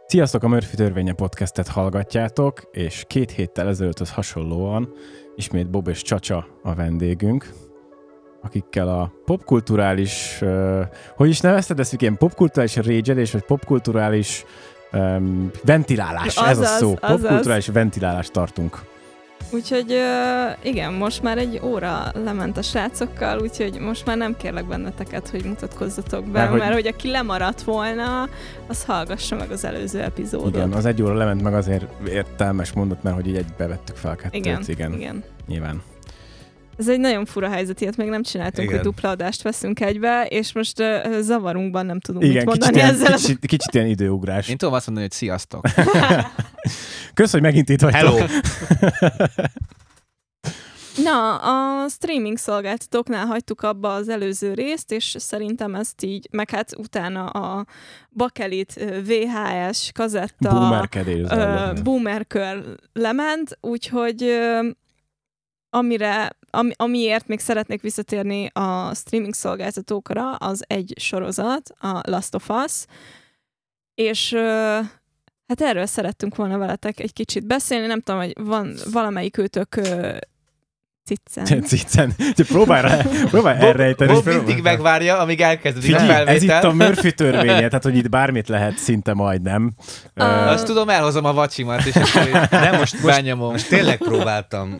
Sziasztok, a Murphy Törvénye podcastet hallgatjátok, és 2 héttel ezelőtthöz hasonlóan ismét Bob és Csacsa a vendégünk, akikkel a popkulturális, hogy is nevezted ezt, ilyen popkulturális régyelés, vagy popkulturális ventilálás, ez a szó, popkulturális ventilálást tartunk. Úgyhogy igen, most már egy óra lement a srácokkal, úgyhogy most már nem kérlek benneteket, hogy mutatkozzatok be, mert hogy aki lemaradt volna, az hallgassa meg az előző epizódot. Igen, az 1 óra lement meg azért értelmes mondat, mert hogy így egybe vettük fel a kettőt. Igen. Nyilván. Ez egy nagyon fura helyzet, ilyet még nem csináltunk, hogy dupla adást veszünk egybe, és most zavarunkban nem tudunk mit mondani ezzel. Kicsit ilyen időugrás. Én tudom azt mondani, hogy sziasztok. Kösz, hogy megint itt vagytok. Hello! Na, a streaming szolgáltatóknál hagytuk abba az előző részt, és szerintem ezt így, meg hát utána a bakelit VHS kazetta boomerkör lement, úgyhogy amiért még szeretnék visszatérni a streaming szolgáltatókra, az egy sorozat, a Last of Us, és hát erről szerettünk volna veletek egy kicsit beszélni, nem tudom, hogy van valamelyik őtök ciccen. Próbálj elrejteni. Bob mindig megvárja, amíg elkezdődik a felvétel. Ez itt a Murphy törvénye, tehát hogy itt bármit lehet szinte majdnem. Azt tudom, elhozom a vacsimat, és most tényleg próbáltam.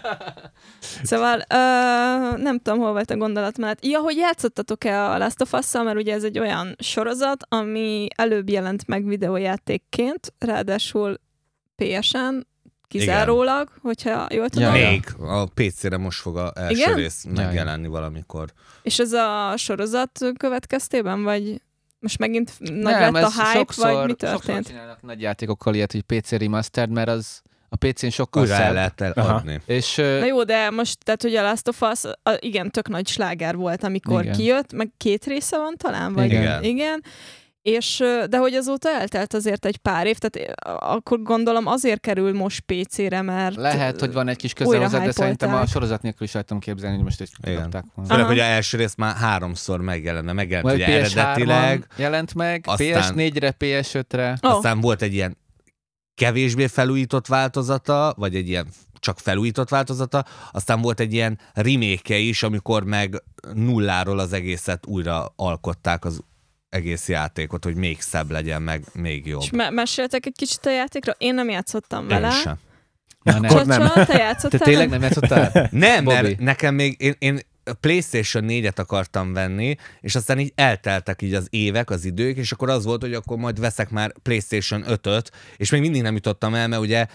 Szóval nem tudom, hol volt a gondolatmenet. Ja, hogy játszottatok-e a Last of Us-szal, mert ugye ez egy olyan sorozat, ami előbb jelent meg videójátékként, ráadásul PS-en, kizárólag, hogyha jól tudom. Még a PC-re most fog az első rész megjelenni valamikor. És ez a sorozat következtében, vagy most megint nagy lett a hype, vagy mi történt? Sokszor csinálnak nagy játékokkal ilyet, hogy PC remastered, mert az a PC-n sokkal újra el lehet adni. És, na jó, de most, tehát hogy a Last of Us, igen, tök nagy sláger volt, amikor kijött, meg 2 része van talán, vagy igen. És, de hogy azóta eltelt azért egy pár év, tehát akkor gondolom azért kerül most PC-re, mert lehet, hogy van egy kis köze hozzá, de szerintem a sorozat nélkül is lehetem képzelni, hogy most egy kidobták volna. Főleg, hogy az első rész már 3-szor megjelent ugye eredetileg. Jelent meg, PS4-re, PS5-re. Aztán volt egy ilyen kevésbé felújított változata, vagy egy ilyen csak felújított változata, aztán volt egy ilyen remake-e is, amikor meg nulláról az egészet újra alkották az egész játékot, hogy még szebb legyen, meg még jobb. És meséltek egy kicsit a játékra? Én nem játszottam vele. Én sem. Csacsa, te játszottál? Te tényleg nem játszottál? Nem, mert nekem még én PlayStation 4-et akartam venni, és aztán így elteltek így az évek, az idők, és akkor az volt, hogy akkor majd veszek már PlayStation 5-öt, és még mindig nem jutottam el, mert ugye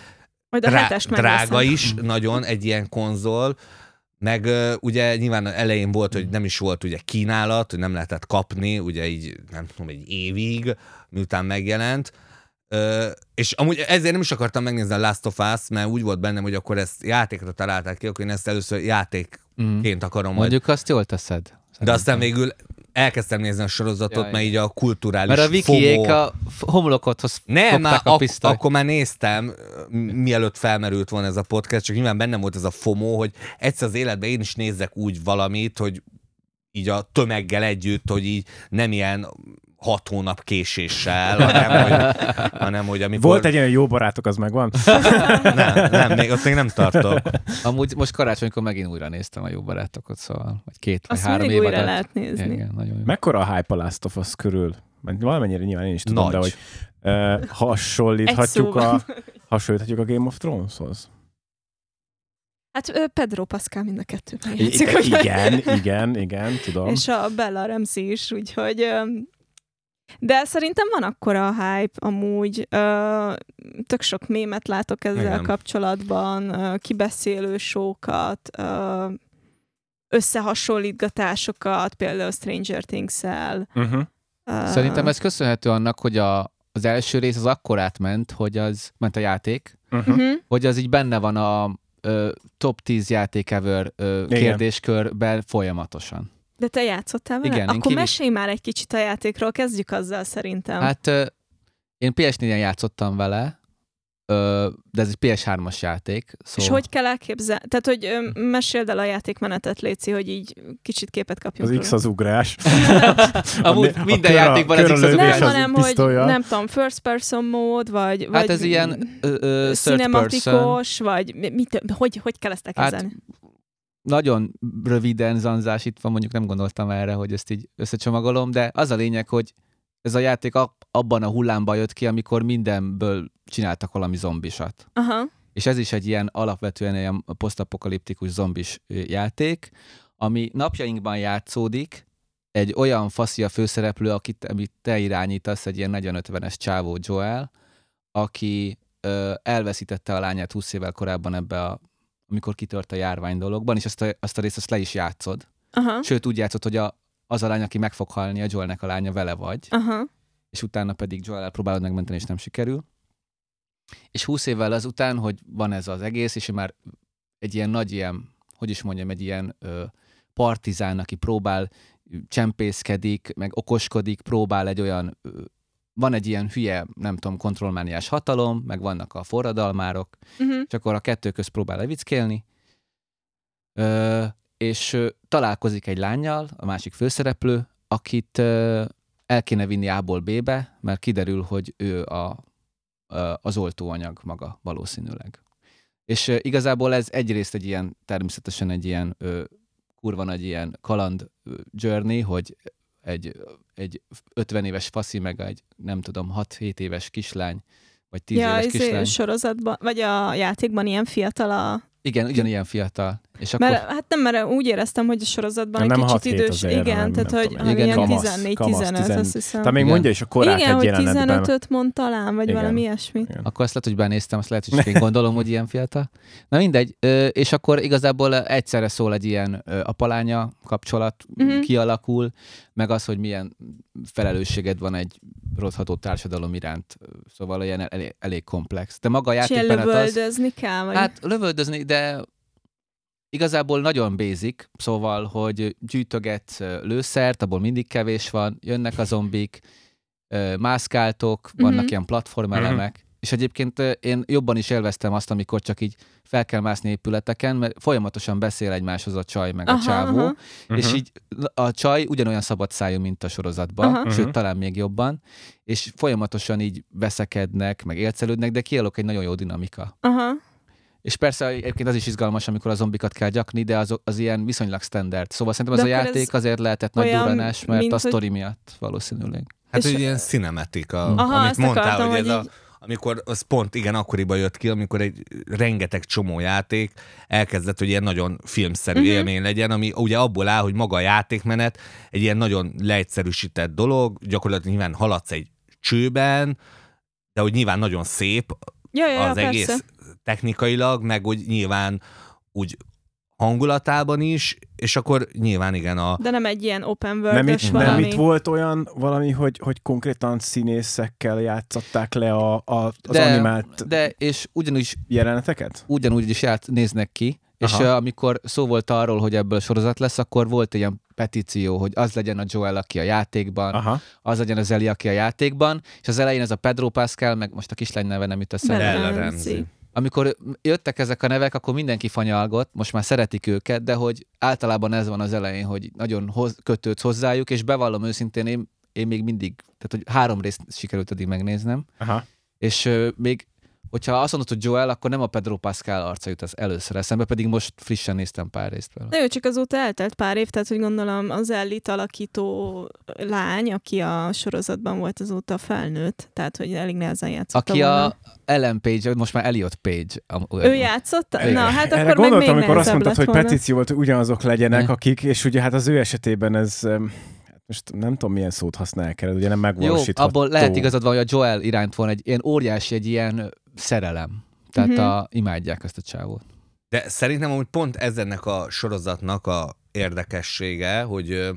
drága is nagyon egy ilyen konzol, meg ugye nyilván elején volt, hogy nem is volt ugye kínálat, hogy nem lehetett kapni, ugye így nem tudom, egy évig, miután megjelent, és amúgy ezért nem is akartam megnézni a Last of Us, mert úgy volt bennem, hogy akkor ezt játékra találták ki, akkor én ezt először játékként akarom. Mondjuk azt jól teszed. Szerintem. De aztán végül elkezdtem nézni a sorozatot, mert így a kulturális mert a wikiék a homlokothoz fogták a pisztolyt. Akkor már néztem, mielőtt felmerült volna ez a podcast, csak nyilván bennem volt ez a FOMO, hogy egyszer az életben én is nézzek úgy valamit, hogy így a tömeggel együtt, hogy így nem ilyen 6 hónap késéssel, hanem hogy amikor... Volt egy olyan jó barátok, az megvan? nem, ott még nem tartok. Amúgy most karácsonykor megint újra néztem a jó barátokat, szóval vagy 2 vagy 3 év alatt. Azt újra lehet nézni. Igen, nagyon jó. Mekkora a hype a Last of Us körül? Valamennyire nyilván én is tudom, de hogy hasonlíthatjuk a Game of Throneshoz? Hát Pedro Pascal mind a kettőben játszik. Igen, tudom. És a Bella Ramsey is, úgyhogy... De szerintem van akkora hype amúgy. Tök sok mémet látok ezzel kapcsolatban, kibeszélő show-kat, összehasonlítgatásokat, például Stranger Things-el. Szerintem ez köszönhető annak, hogy az első rész az akkorát ment, hogy az ment a játék, hogy az így benne van a top 10 játék ever kérdéskörben folyamatosan. De te játszottál vele? Igen, akkor mesélj már egy kicsit a játékról, kezdjük azzal szerintem. Hát én PS4-en játszottam vele, de ez egy PS3-as játék. Szóval... És hogy kell elképzelni? Tehát, hogy meséld el a játékmenetet, Léci, hogy így kicsit képet kapjunk. Az X az ugrás. Amúgy minden játékban az X az ugrás. Nem, hanem, hogy nem tudom, first person mód, vagy hát ez ilyen cinematikus, vagy hogy kell ezt elképzelni? Hát, nagyon röviden zanzásítva, mondjuk nem gondoltam erre, hogy ezt így összecsomagolom, de az a lényeg, hogy ez a játék abban a hullámban jött ki, amikor mindenből csináltak valami zombisat. Aha. És ez is egy ilyen alapvetően ilyen posztapokaliptikus zombis játék, ami napjainkban játszódik, egy olyan faszi a főszereplő, amit te irányítasz, egy ilyen 40-50-es csávó Joel, aki elveszítette a lányát 20 évvel korábban amikor kitört a járvány dologban, és azt a részt le is játszod. Aha. Sőt, úgy játszott, hogy az a lány, aki meg fog halni, a Joelnek a lánya vele vagy, aha. És utána pedig Joel-el próbálod megmenteni, és nem sikerül. És 20 évvel azután, hogy van ez az egész, és már egy ilyen nagy egy ilyen partizán, aki próbál, csempészkedik, meg okoskodik, próbál egy olyan, van egy ilyen hülye, nem tudom, kontrollmániás hatalom, meg vannak a forradalmárok, és akkor a kettő közt próbál levickélni, és találkozik egy lánnyal, a másik főszereplő, akit el kéne vinni A-ból B-be, mert kiderül, hogy ő az oltóanyag maga valószínűleg. És igazából ez egyrészt természetesen egy ilyen kurva nagy ilyen kaland journey, hogy egy 50 éves faszi, meg egy nem tudom, 6-7 éves kislány, vagy 10 éves kislány. Sorozatban, vagy a játékban ilyen fiatal Igen, ugyanilyen fiatal. És akkor... mert úgy éreztem, hogy a sorozatban egy kicsit idős. Igen, tehát hogy ilyen 14-15, azt hiszem. Tehát még mondja is a korát egy jelenetben. Igen, hogy 15-öt mond talán, vagy valami ilyesmi. Akkor azt lehet, hogy benéztem, azt lehet, hogy én gondolom, hogy ilyen fiatal. Na mindegy, és akkor igazából egyszerre szól egy ilyen apa-lánya kapcsolat kialakul, meg az, hogy milyen felelősséged van egy rothadó társadalom iránt. Szóval ilyen elég komplex. De maga a játékmenet lövöldözni kell? Vagy? Hát lövöldözni, de igazából nagyon basic, szóval, hogy gyűjtögetsz lőszert, abból mindig kevés van, jönnek a zombik, mászkáltok, vannak ilyen platformelemek, és egyébként én jobban is élveztem azt, amikor csak így fel kell mászni épületeken, mert folyamatosan beszél egymáshoz a csaj meg a csávó, és így a csaj ugyanolyan szabadszájú, mint a sorozatban, sőt, talán még jobban, és folyamatosan így veszekednek, meg élcelődnek, de kialakul egy nagyon jó dinamika. És persze egyébként az is izgalmas, amikor a zombikat kell gyakni, de az ilyen viszonylag standard. Szóval szerintem az a játék azért lehetett nagy durranás, mert a sztori miatt valószínűleg. Hát egy ilyen cinematika, amit mondtál, hogy ez amikor az pont akkoriban jött ki, amikor egy rengeteg csomó játék elkezdett, hogy ilyen nagyon filmszerű élmény legyen, ami ugye abból áll, hogy maga a játékmenet egy ilyen nagyon leegyszerűsített dolog, gyakorlatilag nyilván haladsz egy csőben, de hogy nyilván nagyon szép az egész technikailag, meg úgy nyilván úgy hangulatában is, és akkor nyilván igen De nem egy ilyen open world-ös valami. Nem itt volt olyan valami, hogy konkrétan színészekkel játszották le az animált és ugyanúgy jeleneteket? Ugyanúgy is néznek ki, és amikor szó volt arról, hogy ebből sorozat lesz, akkor volt egy ilyen petíció, hogy az legyen a Joel, aki a játékban, az legyen az Ellie, aki a játékban, és az elején ez a Pedro Pascal, meg most a kislány neve nem jut eszembe. Bella Ramsey. Amikor jöttek ezek a nevek, akkor mindenki fanyalgott, most már szeretik őket, de hogy általában ez van az elején, hogy nagyon kötődsz hozzájuk, és bevallom őszintén, én még mindig, tehát hogy 3 részt sikerült eddig megnéznem, és még hogyha azt mondod, hogy Joel, akkor nem a Pedro Pascal arca jut az először eszembe, pedig most frissen néztem pár részt vele. De ő csak azóta eltelt pár év, tehát hogy gondolom az Ellie-t alakító lány, aki a sorozatban volt, azóta felnőtt, tehát hogy elég nehezen játszott. Aki a Ellen Page, most már Elliot Page. Ő játszott? Na, hát erre akkor meg még amikor azt mondtad, hogy volna. petíció volt, hogy ugyanazok legyenek, akik, és ugye hát az ő esetében ez... Most nem tudom, milyen szót használják el, ugye nem megvalósítható. Jó, abból lehet igazad van, hogy a Joel iránt van egy ilyen óriási, egy ilyen szerelem. Tehát imádják ezt a csávót. De szerintem amúgy pont ez ennek a sorozatnak a érdekessége, hogy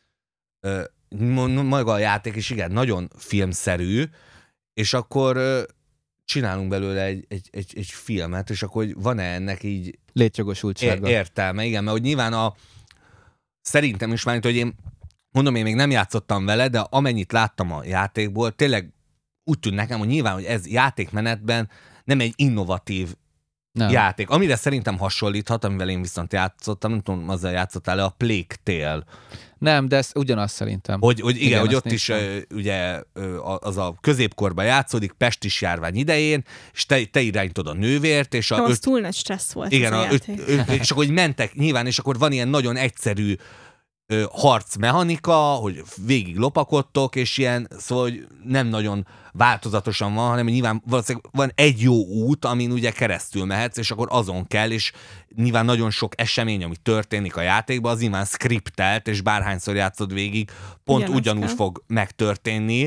maga a játék is igen, nagyon filmszerű, és akkor csinálunk belőle egy filmet, és akkor van-e ennek így létjogosultsága. Értelme, igen, mert hogy nyilván szerintem is már, hogy én még nem játszottam vele, de amennyit láttam a játékból, tényleg úgy tűnt nekem, hogy nyilván, hogy ez játékmenetben nem egy innovatív játék. Amire szerintem hasonlíthat, amivel én viszont játszottam, nem tudom, azzal játszottál-e, a Plague Tale. Nem, de ez ugyanaz szerintem. Igen, hogy ott is ugye az a középkorban játszódik, pestis járvány idején, és te irányítod a nővért, és az túl nagy stressz volt. Igen, és akkor mentek nyilván, és akkor van ilyen nagyon egyszerű harcmechanika, hogy végig lopakodtok, és ilyen, szóval hogy nem nagyon változatosan van, hanem nyilván valószínűleg van egy jó út, amin ugye keresztül mehetsz, és akkor azon kell, és nyilván nagyon sok esemény, ami történik a játékban, az nyilván skriptelt, és bárhányszor játszod végig, pont ugyanúgy fog megtörténni.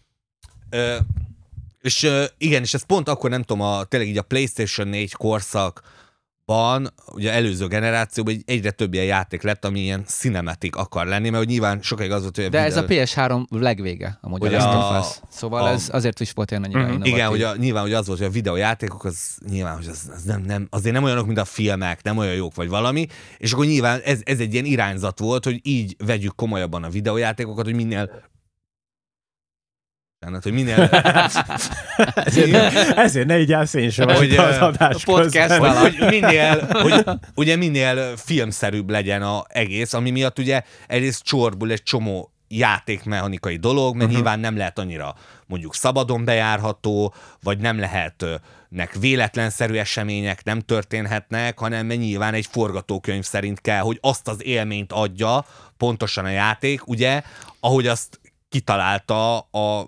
És igen, és ez pont akkor nem tudom, tényleg így a PlayStation 4 korszakban, ugye előző generációban egyre több ilyen játék lett, ami ilyen cinematic akar lenni, mert nyilván sokáig az volt, hogy de ez a PS3 legvége, amúgy a Last of Us. Szóval ez azért is volt ilyen annyira innovatív. Igen, hogy nyilván hogy az volt, hogy a videójátékok az nyilván, hogy az nem, azért nem olyanok, mint a filmek, nem olyan jók vagy valami, és akkor nyilván ez egy ilyen irányzat volt, hogy így vegyük komolyabban a videójátékokat, hogy ezért ne így állsz én sem, hogy az adás közben. Hogy minél filmszerűbb legyen az egész, ami miatt ugye egyrészt csorbul egy csomó játékmechanikai dolog, mert nyilván nem lehet annyira mondjuk szabadon bejárható, vagy nem lehetnek véletlenszerű események, nem történhetnek, hanem nyilván egy forgatókönyv szerint kell, hogy azt az élményt adja pontosan a játék, ugye, ahogy azt kitalálta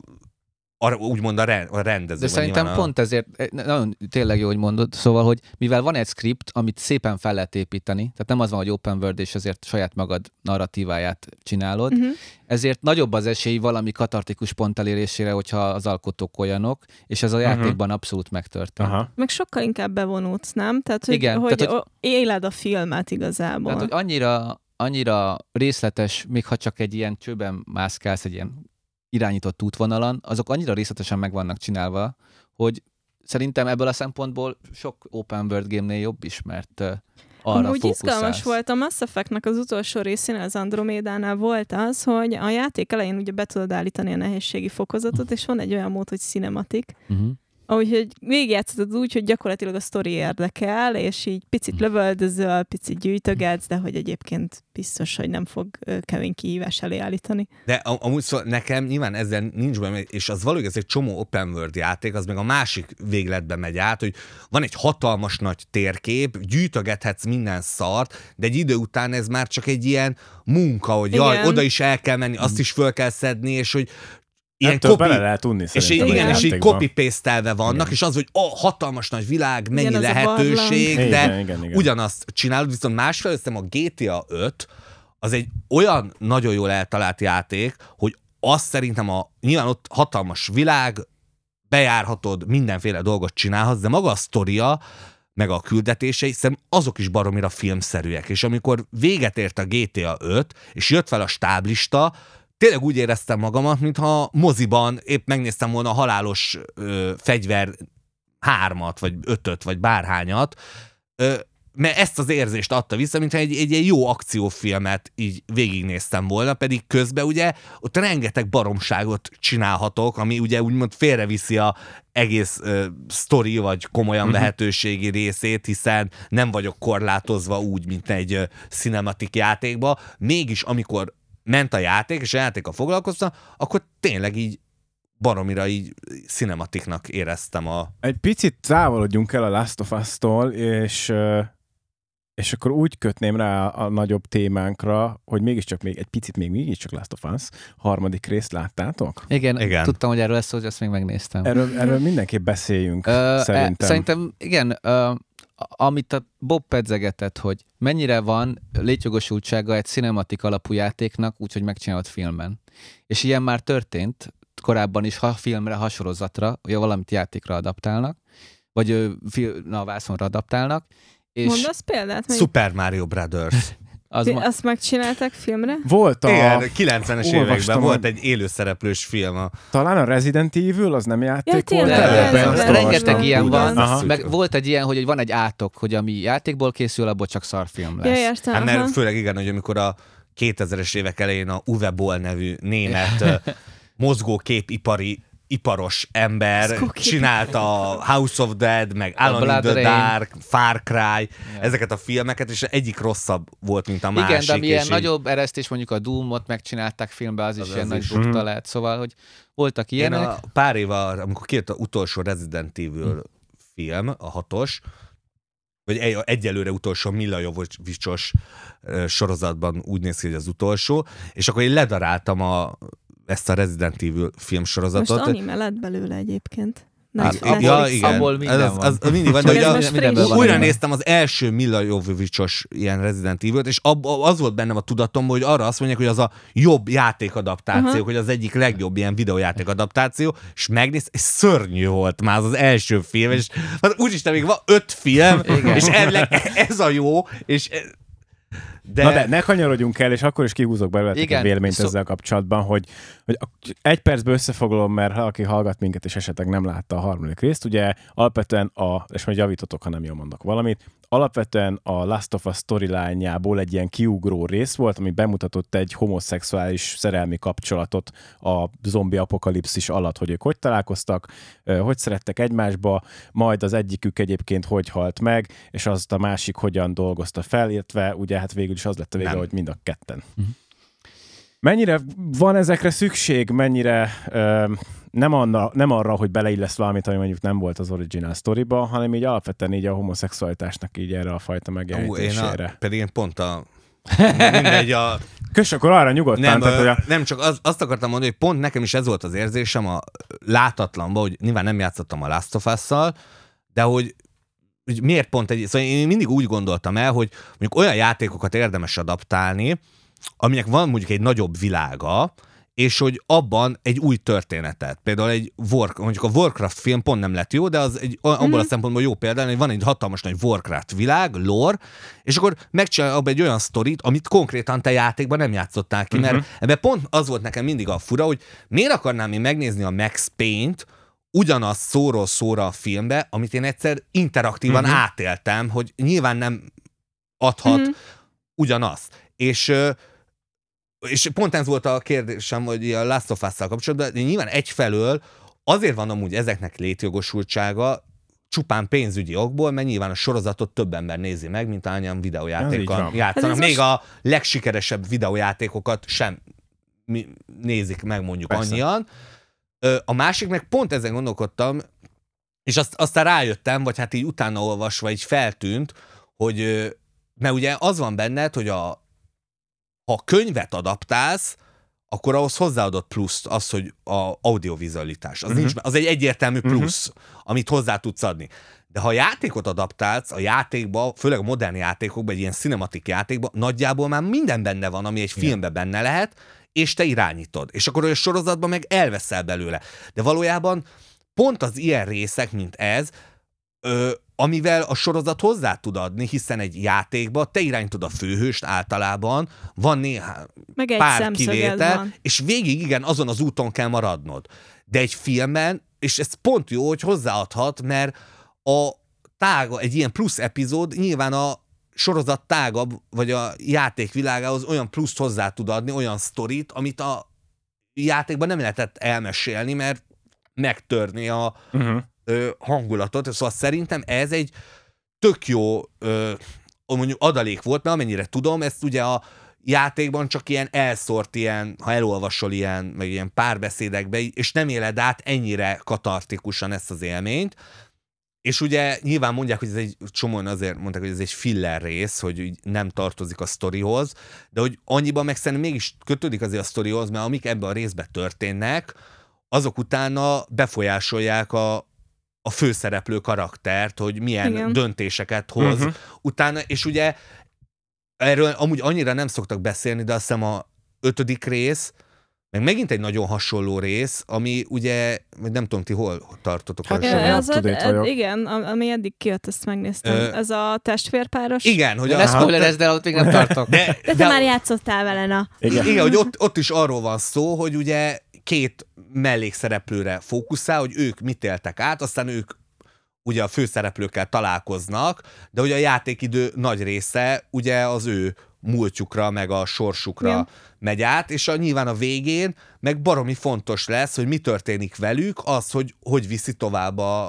úgymond a rendező. De szerintem pont ezért, nagyon tényleg jó, hogy mondod, szóval, hogy mivel van egy script, amit szépen fel lehet építeni, tehát nem az van, hogy open world, és azért saját magad narratíváját csinálod, ezért nagyobb az esély valami katartikus pont elérésére, hogyha az alkotók olyanok, és ez a játékban abszolút megtörtént. Meg sokkal inkább bevonulsz, nem? Tehát, hogy, igen, hogy éled a filmet igazából. Tehát, hogy annyira részletes, még ha csak egy ilyen csőben mászkálsz, egy ilyen irányított útvonalon, azok annyira részletesen meg vannak csinálva, hogy szerintem ebből a szempontból sok open world game-nél jobb is, mert arra amúgy fókuszálsz. izgalmas volt a Mass Effect-nek az utolsó részén, az Andromédánál volt az, hogy a játék elején ugye be tudod állítani a nehézségi fokozatot, és van egy olyan mód, hogy cinematic, ahogy végigjátszhatod úgy, hogy gyakorlatilag a sztori érdekel, és így picit lövöldözöl, picit gyűjtögetsz, de hogy egyébként biztos, hogy nem fog kemény kihívás elé állítani. De amúgy szóval nekem nyilván ezzel nincs benne, és az valójában ez egy csomó open world játék, az meg a másik végletbe megy át, hogy van egy hatalmas nagy térkép, gyűjtögethetsz minden szart, de egy idő után ez már csak egy ilyen munka, hogy jaj, oda is el kell menni, azt is föl kell szedni, és hogy ilyen bele lehet tudni és így copy-paste-elve vannak, és az, hogy hatalmas nagy világ, mennyi igen, lehetőség, de igen. Ugyanazt csinálod, viszont másfelől a GTA 5 az egy olyan nagyon jól eltalált játék, hogy azt szerintem nyilván ott hatalmas világ, bejárhatod, mindenféle dolgot csinálhatsz, de maga a sztoria, meg a küldetései, szerintem azok is baromira filmszerűek, és amikor véget ért a GTA 5, és jött fel a stáblista, tényleg úgy éreztem magamat, mintha moziban épp megnéztem volna a halálos fegyver 3-at, vagy 5-öt, vagy bárhányat, mert ezt az érzést adta vissza, mintha egy jó akciófilmet így végignéztem volna, pedig közben ugye ott rengeteg baromságot csinálhatok, ami ugye úgymond félreviszi a egész sztori, vagy komolyan vehetőségi részét, hiszen nem vagyok korlátozva úgy, mint egy cinematic játékba. Mégis amikor ment a játék, és a játékkal foglalkoztam, akkor tényleg így baromira így cinematicnak éreztem Egy picit távolodjunk el a Last of Us-tól, és akkor úgy kötném rá a nagyobb témánkra, hogy mégiscsak mégiscsak Last of Us. Harmadik részt láttátok? Igen. Tudtam, hogy erről lesz, hogy ezt még megnéztem. Erről mindenképp beszéljünk, szerintem. Szerintem, igen, amit a Bob pedzegetett, hogy mennyire van létjogosultsága egy cinematic alapú játéknak, úgyhogy megcsinálod filmen. És ilyen már történt korábban is, ha filmre, ha sorozatra, vagy valamit játékra adaptálnak, vagy vászonra adaptálnak. És mondasz példát? Super Mario Brothers. Azt megcsinálták filmre? Volt igen, 90-es években volt egy élőszereplős film. Talán a Resident Evil, az nem játék volt? Rengeteg ilyen van. Meg volt egy ilyen, hogy van egy átok, hogy ami játékból készül, abból csak szarfilm lesz. Ja, mert főleg igen, hogy amikor a 2000-es évek elején a Uwe Boll nevű német mozgóképipari iparos ember csinálta a House of Dead, meg Alone in the Dark, Far Cry, ezeket a filmeket, és egyik rosszabb volt, mint a másik. Igen, de ami ilyen nagyobb eresztés, mondjuk a Doom-ot megcsinálták filmbe, az is ilyen nagy bukta lehet, szóval, hogy voltak ilyenek. Én pár éve, amikor kijött az utolsó Resident Evil film, a 6-os, vagy egyelőre utolsó Milla Jovovicsos sorozatban úgy néz ki, hogy az utolsó, és akkor én ledaráltam ezt a Resident Evil filmsorozatot. Most anime lett belőle egyébként. Igen. Abból minden van. Az mindig van, de újra néztem az első Milla Jovovicsos ilyen Resident Evil-t, és az volt bennem a tudatomban, hogy arra azt mondják, hogy az a jobb játékadaptáció, hogy az egyik legjobb ilyen videójátékadaptáció, és megnéztem, és szörnyű volt már az első film, és úristen, még van 5 film, és ez a jó, és de ne kanyarodjunk el, és akkor is kihúzok belőletek egy véleményt ezzel kapcsolatban, hogy egy percben összefoglalom, mert aki hallgat minket, és esetleg nem látta a harmadik részt, ugye alapvetően és majd javítotok, ha nem jól mondok valamit, alapvetően a Last of Us storyline-jából egy ilyen kiugró rész volt, ami bemutatott egy homoszexuális szerelmi kapcsolatot a zombi apokalipszis alatt, hogy ők hogy találkoztak, hogy szerettek egymásba, majd az egyikük egyébként hogy halt meg, és azt a másik hogyan dolgozta fel, illetve ugye hát végül is az lett a vége, hogy mind a ketten. Mennyire van ezekre szükség, mennyire nem arra, hogy beleillesz valamit, ami mondjuk nem volt az original sztoriba, hanem így alapvetően így a homoszexualitásnak így erre a fajta megjelenítésére. Pedig én pont mindegy Kösz, akkor arra nyugodtan. Nem, csak azt akartam mondani, hogy pont nekem is ez volt az érzésem a látatlanban, hogy nyilván nem játszottam a Last of Us-szal, de hogy miért pont szóval én mindig úgy gondoltam el, hogy mondjuk olyan játékokat érdemes adaptálni, aminek van mondjuk egy nagyobb világa, és hogy abban egy új történetet. Például mondjuk a Warcraft film pont nem lett jó, de az abból a szempontból jó például, hogy van egy hatalmas nagy Warcraft világ, lore, és akkor megcsinálja abban egy olyan sztorit, amit konkrétan te játékban nem játszottál ki, mert ebben pont az volt nekem mindig a fura, hogy miért akarnám én megnézni a Max Payne-t ugyanaz szóról szóra a filmbe, amit én egyszer interaktívan átéltem, hogy nyilván nem adhat ugyanazt. És pont ez volt a kérdésem, hogy a Last of Us-szal kapcsolatban, de nyilván egyfelől azért van amúgy ezeknek létjogosultsága, csupán pénzügyi okból, mert nyilván a sorozatot több ember nézi meg, mint annyian videójátékkal játszanak. Még a legsikeresebb videójátékokat sem nézik meg mondjuk annyian. A másik meg pont ezen gondolkodtam, és aztán rájöttem, vagy hát így utána olvasva így feltűnt, hogy mert ugye az van benned, hogy ha könyvet adaptálsz, akkor ahhoz hozzáadott pluszt az, hogy a audiovizualitás. Az, nincs, az egy egyértelmű plusz, amit hozzá tudsz adni. De ha a játékot adaptálsz, a játékba, főleg a modern játékokban, egy ilyen cinematik játékban, nagyjából már minden benne van, ami egy filmben benne lehet, és te irányítod. És akkor a sorozatban meg elveszel belőle. De valójában pont az ilyen részek, mint ez, amivel a sorozat hozzá tud adni, hiszen egy játékban te irányítod a főhőst általában, van néhány pár kivétel, és végig igen, azon az úton kell maradnod. De egy filmben, és ez pont jó, hogy hozzáadhat, mert egy ilyen plusz epizód nyilván a sorozat tágabb, vagy a játék világához olyan pluszt hozzá tud adni, olyan sztorit, amit a játékban nem lehetett elmesélni, mert megtörni a hangulatot. Szóval szerintem ez egy tök jó mondjuk adalék volt, mert amennyire tudom, ezt ugye a játékban csak ilyen elszórt ilyen, ha elolvasol ilyen, meg ilyen párbeszédekbe, és nem éled át ennyire katartikusan ezt az élményt. És ugye nyilván mondják, hogy ez egy csomóan azért mondták, hogy ez egy filler rész, hogy nem tartozik a sztorihoz, de hogy annyiban meg szerintem mégis kötődik azért a sztorihoz, mert amik ebben a részben történnek, azok utána befolyásolják a főszereplő karaktert, hogy milyen döntéseket hoz utána, és ugye erről amúgy annyira nem szoktak beszélni, de azt hiszem a 5. rész, meg megint egy nagyon hasonló rész, ami ugye, nem tudom, ti hol tartotok. Igen, ami eddig kijött, ezt megnéztem. Ez a testvérpáros. Igen, hogy ne spoilerezd, de ott még nem tartok. De te már játszottál vele, na. Igen, hogy ott is arról van szó, hogy ugye 2 mellékszereplőre fókuszál, hogy ők mit éltek át, aztán ők ugye a főszereplőkkel találkoznak, de ugye a játékidő nagy része ugye az ő múltjukra, meg a sorsukra megy át, és nyilván a végén meg baromi fontos lesz, hogy mi történik velük, az, hogy viszi tovább a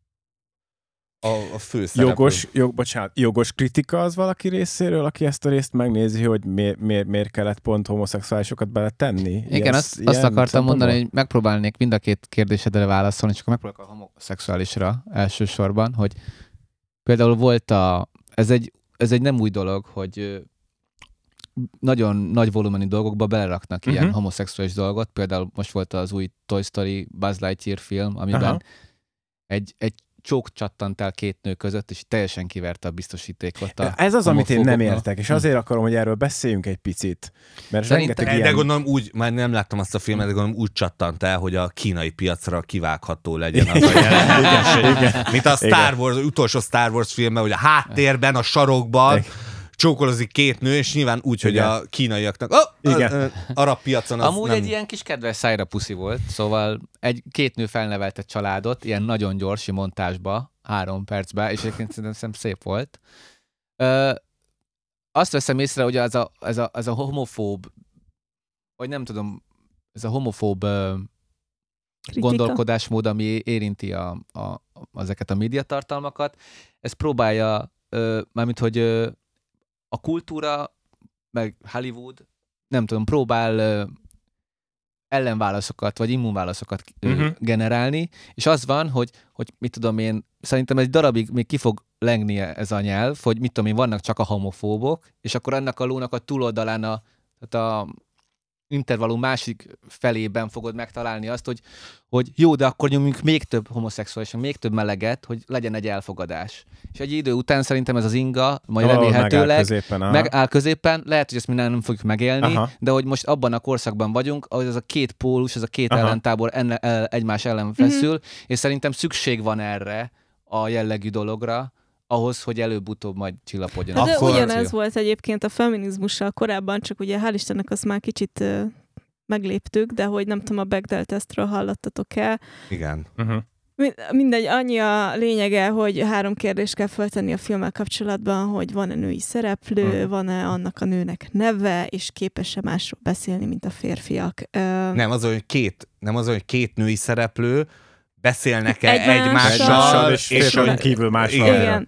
főszereplő. Jogos kritika az valaki részéről, aki ezt a részt megnézi, hogy miért kellett pont homoszexuálisokat beletenni? Igen, azt akartam mondani, hogy megpróbálnék mind a két kérdésedre válaszolni, csak megpróbálok a homoszexuálisra elsősorban, hogy például volt ez egy nem új dolog, hogy nagyon nagy volumenű dolgokba beleraknak ilyen homoszexuális dolgot. Például most volt az új Toy Story Buzz Lightyear film, amiben egy csók csattant el két nő között, és teljesen kiverte a biztosítékot. Ez az, amit én nem értek, és azért akarom, hogy erről beszéljünk egy picit. Mert de gondolom úgy, már nem láttam azt a filmet, de gondolom úgy csattant el, hogy a kínai piacra kivágható legyen az a jelenség. Mint a Star Wars, utolsó Star Wars filmben, hogy a háttérben, a sarokban csókolozik két nő, és nyilván úgy, hogy a kínaiaknak arab piacon az amúgy nem... egy ilyen kis kedves szájra puszi volt, szóval két nő felnevelte családot, ilyen nagyon gyorsi montásba, 3 percben, és egyébként szerintem szép volt. Azt veszem észre, hogy ez a homofób, vagy nem tudom, ez a homofób gondolkodásmód, ami érinti ezeket a médiatartalmakat, ez próbálja, mármint, hogy a kultúra, meg Hollywood, nem tudom, próbál ellenválaszokat, vagy immunválaszokat generálni, és az van, hogy mit tudom én, szerintem egy darabig még ki fog lengni ez a nyelv, hogy mit tudom én, vannak csak a homofóbok, és akkor annak a lónak a túloldalán a intervallum másik felében fogod megtalálni azt, hogy jó, de akkor nyomjunk még több homoszexuális, még több meleget, hogy legyen egy elfogadás. És egy idő után szerintem ez az inga, majd remélhetőleg megáll középen, lehet, hogy ezt mi nem fogjuk megélni, de hogy most abban a korszakban vagyunk, ahogy ez a két pólus, ez a két ellentábor egymás ellen feszül, és szerintem szükség van erre a jellegű dologra, ahhoz, hogy előbb-utóbb majd csillapodjon. De ugyanez volt egyébként a feminizmussal korábban, csak ugye hál' Istennek azt már kicsit megléptük, de hogy nem tudom, a Bechdel-tesztről hallottatok-e? Igen. Mindegy, annyi a lényege, hogy 3 kérdést kell föltenni a filmmel kapcsolatban, hogy van-e női szereplő, van-e annak a nőnek neve, és képes-e másról beszélni, mint a férfiak. Nem az, hogy két női szereplő beszélnek-e egymással, és férfiakon kívül mással. Igen.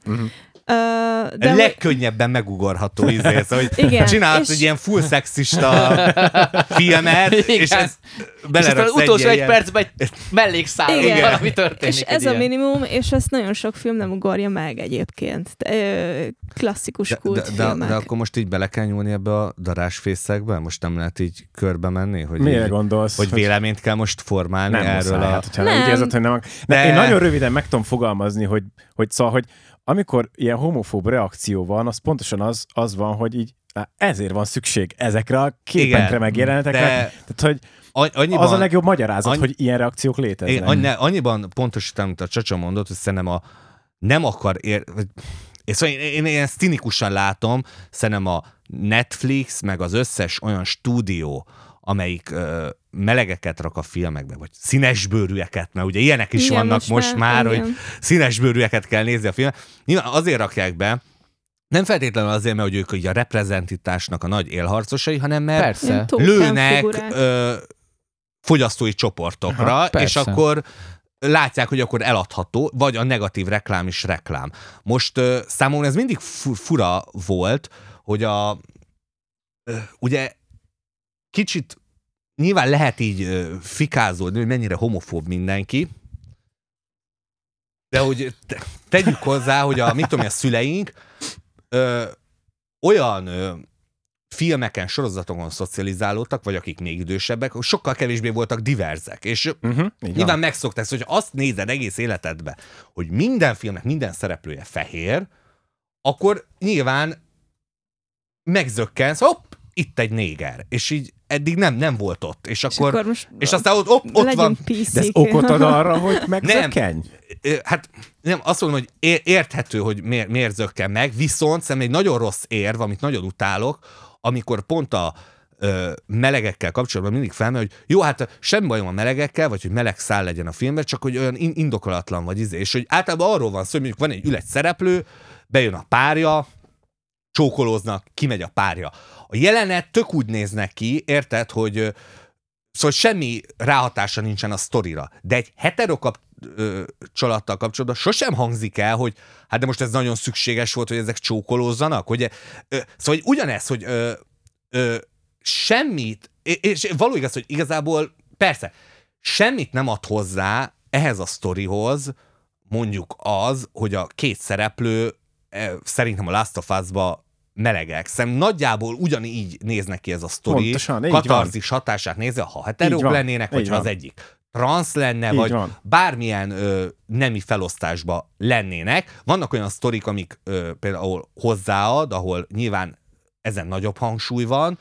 De legkönnyebben megugorható szóval, hogy csinálsz egy ilyen full szexista filmet, és ez beleraksz az utolsó egy percben egy mellékszál, valami történik. És ez a minimum, és ezt nagyon sok film nem ugorja meg egyébként. Klasszikus kultfilmek. De akkor most így bele kell nyúlni ebbe a darásfészekbe? Most nem lehet így körbe menni? Hogy mire gondolsz? Hogy véleményt kell most formálni nem erről muszáj, nem érzed, hogy nem. De én nagyon röviden meg tudom fogalmazni, hogy amikor ilyen homofób reakció van, az pontosan az van, hogy így ezért van szükség ezekre a képekre, meg jelenetekre. Tehát, hogy az a legjobb magyarázat, hogy ilyen reakciók léteznek. Annyiban pontosítom, amit a Csacsa mondott, hogy szerintem nem akar szóval én ezt cinikusan látom, szerintem a Netflix, meg az összes olyan stúdió, amelyik melegeket rak a filmekbe, vagy színesbőrűeket, mert ugye ilyenek is vannak most már, hogy színesbőrűeket kell nézni a filmet. Nyilván azért rakják be, nem feltétlenül azért, mert hogy ők ugye a reprezentitásnak a nagy élharcosai, hanem mert lőnek fogyasztói csoportokra, és akkor látják, hogy akkor eladható, vagy a negatív reklám is reklám. Most számomra ez mindig fura volt, hogy ugye kicsit nyilván lehet így fikázódni, hogy mennyire homofób mindenki, de hogy tegyük hozzá, hogy a szüleink olyan filmeken, sorozatokon szocializálódtak, vagy akik még idősebbek, sokkal kevésbé voltak diverzek. És nyilván megszokták, hogy azt nézed egész életedbe, hogy minden filmnek minden szereplője fehér, akkor nyilván megzökkensz, hopp, itt egy néger. És így eddig nem volt ott. És aztán ott van. De ez okot ad arra, hogy megzökkenj? Hát nem, azt mondom, hogy érthető, hogy miért zökken meg, viszont szerintem egy nagyon rossz érv, amit nagyon utálok, amikor pont a melegekkel kapcsolatban mindig felmerül, hogy jó, hát semmi bajom a melegekkel, vagy hogy meleg szál legyen a filmben, csak hogy olyan indokolatlan vagy és hogy általában arról van szó, hogy mondjuk van egy szereplő, bejön a párja, csókolóznak, kimegy a párja. A jelenet tök úgy néznek ki, érted, hogy szóval semmi ráhatása nincsen a sztorira, de egy heterokapcsolattal kapcsolatban sosem hangzik el, hogy hát de most ez nagyon szükséges volt, hogy ezek csókolózzanak, hogy szóval hogy ugyanez, hogy semmit, és való igaz, hogy igazából persze, semmit nem ad hozzá ehhez a sztorihoz, mondjuk az, hogy a két szereplő szerintem a Last of Us-ba melegek. Szerintem nagyjából ugyanígy néznek ki ez a sztori. Pontosan, katarzis hatását nézve, ha heterók lennének, vagy ha az egyik transz lenne, így vagy van. bármilyen nemi felosztásba lennének. Vannak olyan sztorik, amik például hozzáad, ahol nyilván ezen nagyobb hangsúly van,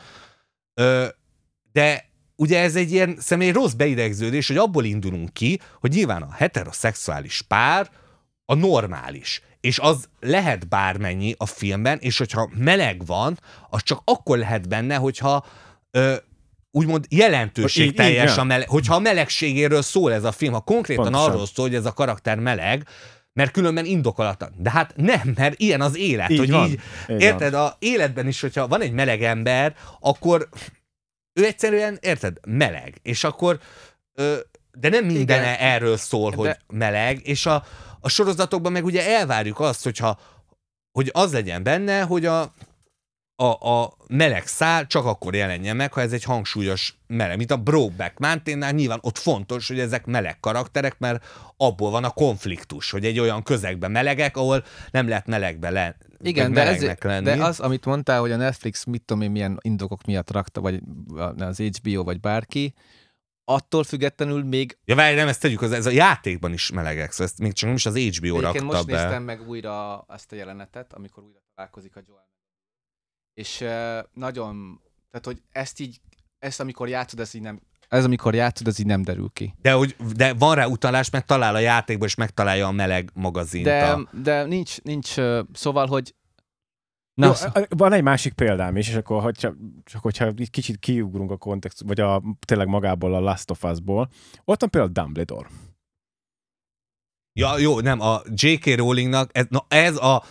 de ugye ez egy ilyen személy rossz beidegződés, hogy abból indulunk ki, hogy nyilván a heteroszexuális pár a normális. És az lehet bármennyi a filmben, és hogyha meleg van, az csak akkor lehet benne, hogyha úgymond jelentőségteljes a meleg, hogyha a melegségéről szól ez a film, ha konkrétan Pontosan. arról szól, hogy ez a karakter meleg, mert különben indokolatlan. De hát nem, mert ilyen az élet, Így hogy van. így, Így érted, a életben is, hogyha van egy meleg ember, akkor ő egyszerűen, érted, meleg. És akkor, de nem minden Igen. erről szól, hogy meleg, és a sorozatokban meg ugye elvárjuk azt, hogy az legyen benne, hogy a meleg szál csak akkor jelenjen meg, ha ez egy hangsúlyos meleg. Mint a Brokeback Mountain-nál nyilván ott fontos, hogy ezek meleg karakterek, mert abból van a konfliktus, hogy egy olyan közegben melegek, ahol nem lehet melegbe lenni. Igen, de az, amit mondtál, hogy a Netflix mit tudom én milyen indokok miatt rakta, vagy az HBO, vagy bárki, attól függetlenül még... Ja, várj, nem, ezt tegyük, ez a játékban is melegek, szóval ezt még csak nem is az HBO rakta most be. néztem meg újra ezt a jelenetet, amikor újra találkozik a Joel. És nagyon... Tehát, hogy ezt amikor játszod, ez így nem derül ki. De van rá utalás, mert talál a játékban, és megtalálja a meleg magazint. De nincs szóval, hogy... Jó, van egy másik példám is, és akkor hogyha egy kicsit kiugrunk a kontextus, vagy tényleg magából a Last of Us-ból, ott van például Dumbledore. Ja, jó, nem, a J.K. Rowlingnak, ez a...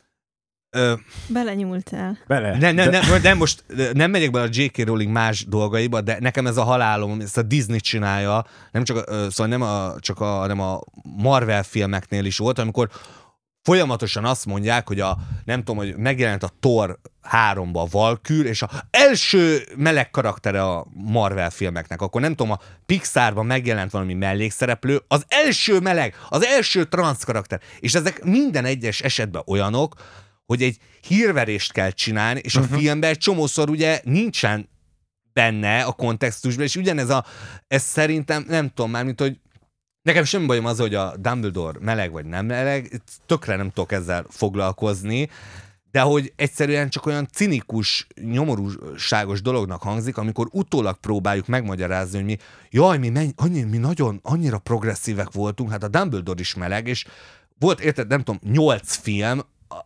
Belenyúltál. Nem, most nem megyek bele a J.K. Rowling más dolgaiba, de nekem ez a halálom, ezt a Disney csinálja, nem csak hanem a Marvel filmeknél is volt, amikor folyamatosan azt mondják, hogy nem tudom, hogy megjelent a Thor 3-ba a Valkyr, és az első meleg karaktere a Marvel filmeknek, akkor nem tudom, a Pixarban megjelent valami mellékszereplő, az első meleg, az első transz karakter, és ezek minden egyes esetben olyanok, hogy egy hírverést kell csinálni, és a filmben egy csomószor ugye nincsen benne a kontextusban, és ugyanez ez szerintem, nem tudom már, mint hogy nekem semmi bajom az, hogy a Dumbledore meleg vagy nem meleg, tökre nem tudok ezzel foglalkozni, de hogy egyszerűen csak olyan cinikus, nyomorúságos dolognak hangzik, amikor utólag próbáljuk megmagyarázni, hogy mi nagyon annyira progresszívek voltunk, hát a Dumbledore is meleg, és volt, érted, nem tudom, 8 film,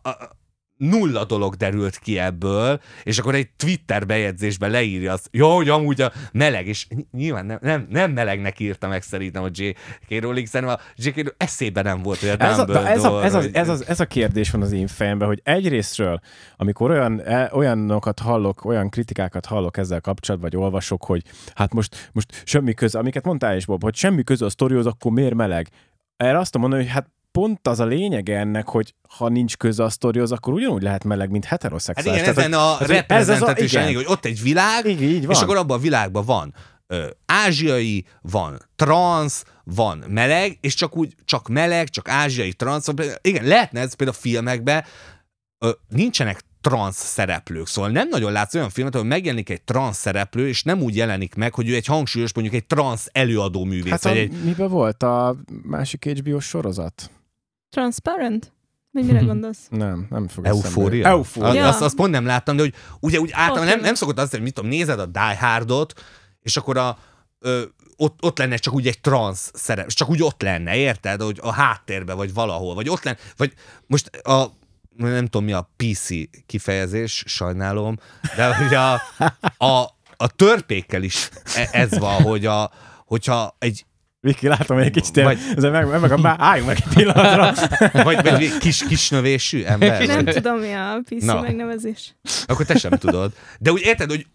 0 dolog derült ki ebből, és akkor egy Twitter bejegyzésben leírja azt, hogy amúgy a meleg, és nyilván nem melegnek írta meg szerintem a J.K. Rowling, szerintem a J.K. Rowling eszébe nem volt, hogy a Dumbledore... Ez a kérdés van az én fejemben, hogy egyrésztről, amikor olyanokat hallok, olyan kritikákat hallok ezzel kapcsolatban, vagy olvasok, hogy hát most semmi köze, amiket mondtál is, Bob, hogy semmi köze a sztorihoz, akkor miért meleg? Erre azt mondani, hogy hát pont az a lényege ennek, hogy ha nincs köze a sztorihoz, akkor ugyanúgy lehet meleg, mint heteroszexuális. Hát igen, ezen a reprezentatív, hogy ott egy világ, így van. És akkor abban a világban van ázsiai, van transz, van meleg, és csak meleg, csak ázsiai, transz. Igen, lehetne ez például a filmekben, nincsenek transz szereplők, szóval nem nagyon látsz olyan filmet, ahol megjelenik egy transz szereplő, és nem úgy jelenik meg, hogy ő egy hangsúlyos, mondjuk egy transz előadó művész. Hát miben volt a másik HBO sorozat? Transparent? Vagy mire gondolsz? Nem fog Eufória? Eufória. Azt pont nem láttam, de hogy ugye úgy általában nem szokott azt, hogy mit tudom, nézed a Die Hardot, és akkor ott lenne csak úgy egy transz szerep, csak úgy ott lenne, érted? Hogy a háttérben, vagy valahol, vagy ott lenne, vagy most nem tudom mi a PC kifejezés, sajnálom, de hogy a törpékkel is ez van, hogyha egy Viki, látom, hogy egy kicsit álljunk meg egy pillanatra. Vagy kisnövésű ember? Nem tudom, mi a PC megnevezés. Akkor te sem tudod. De úgy érted, hogy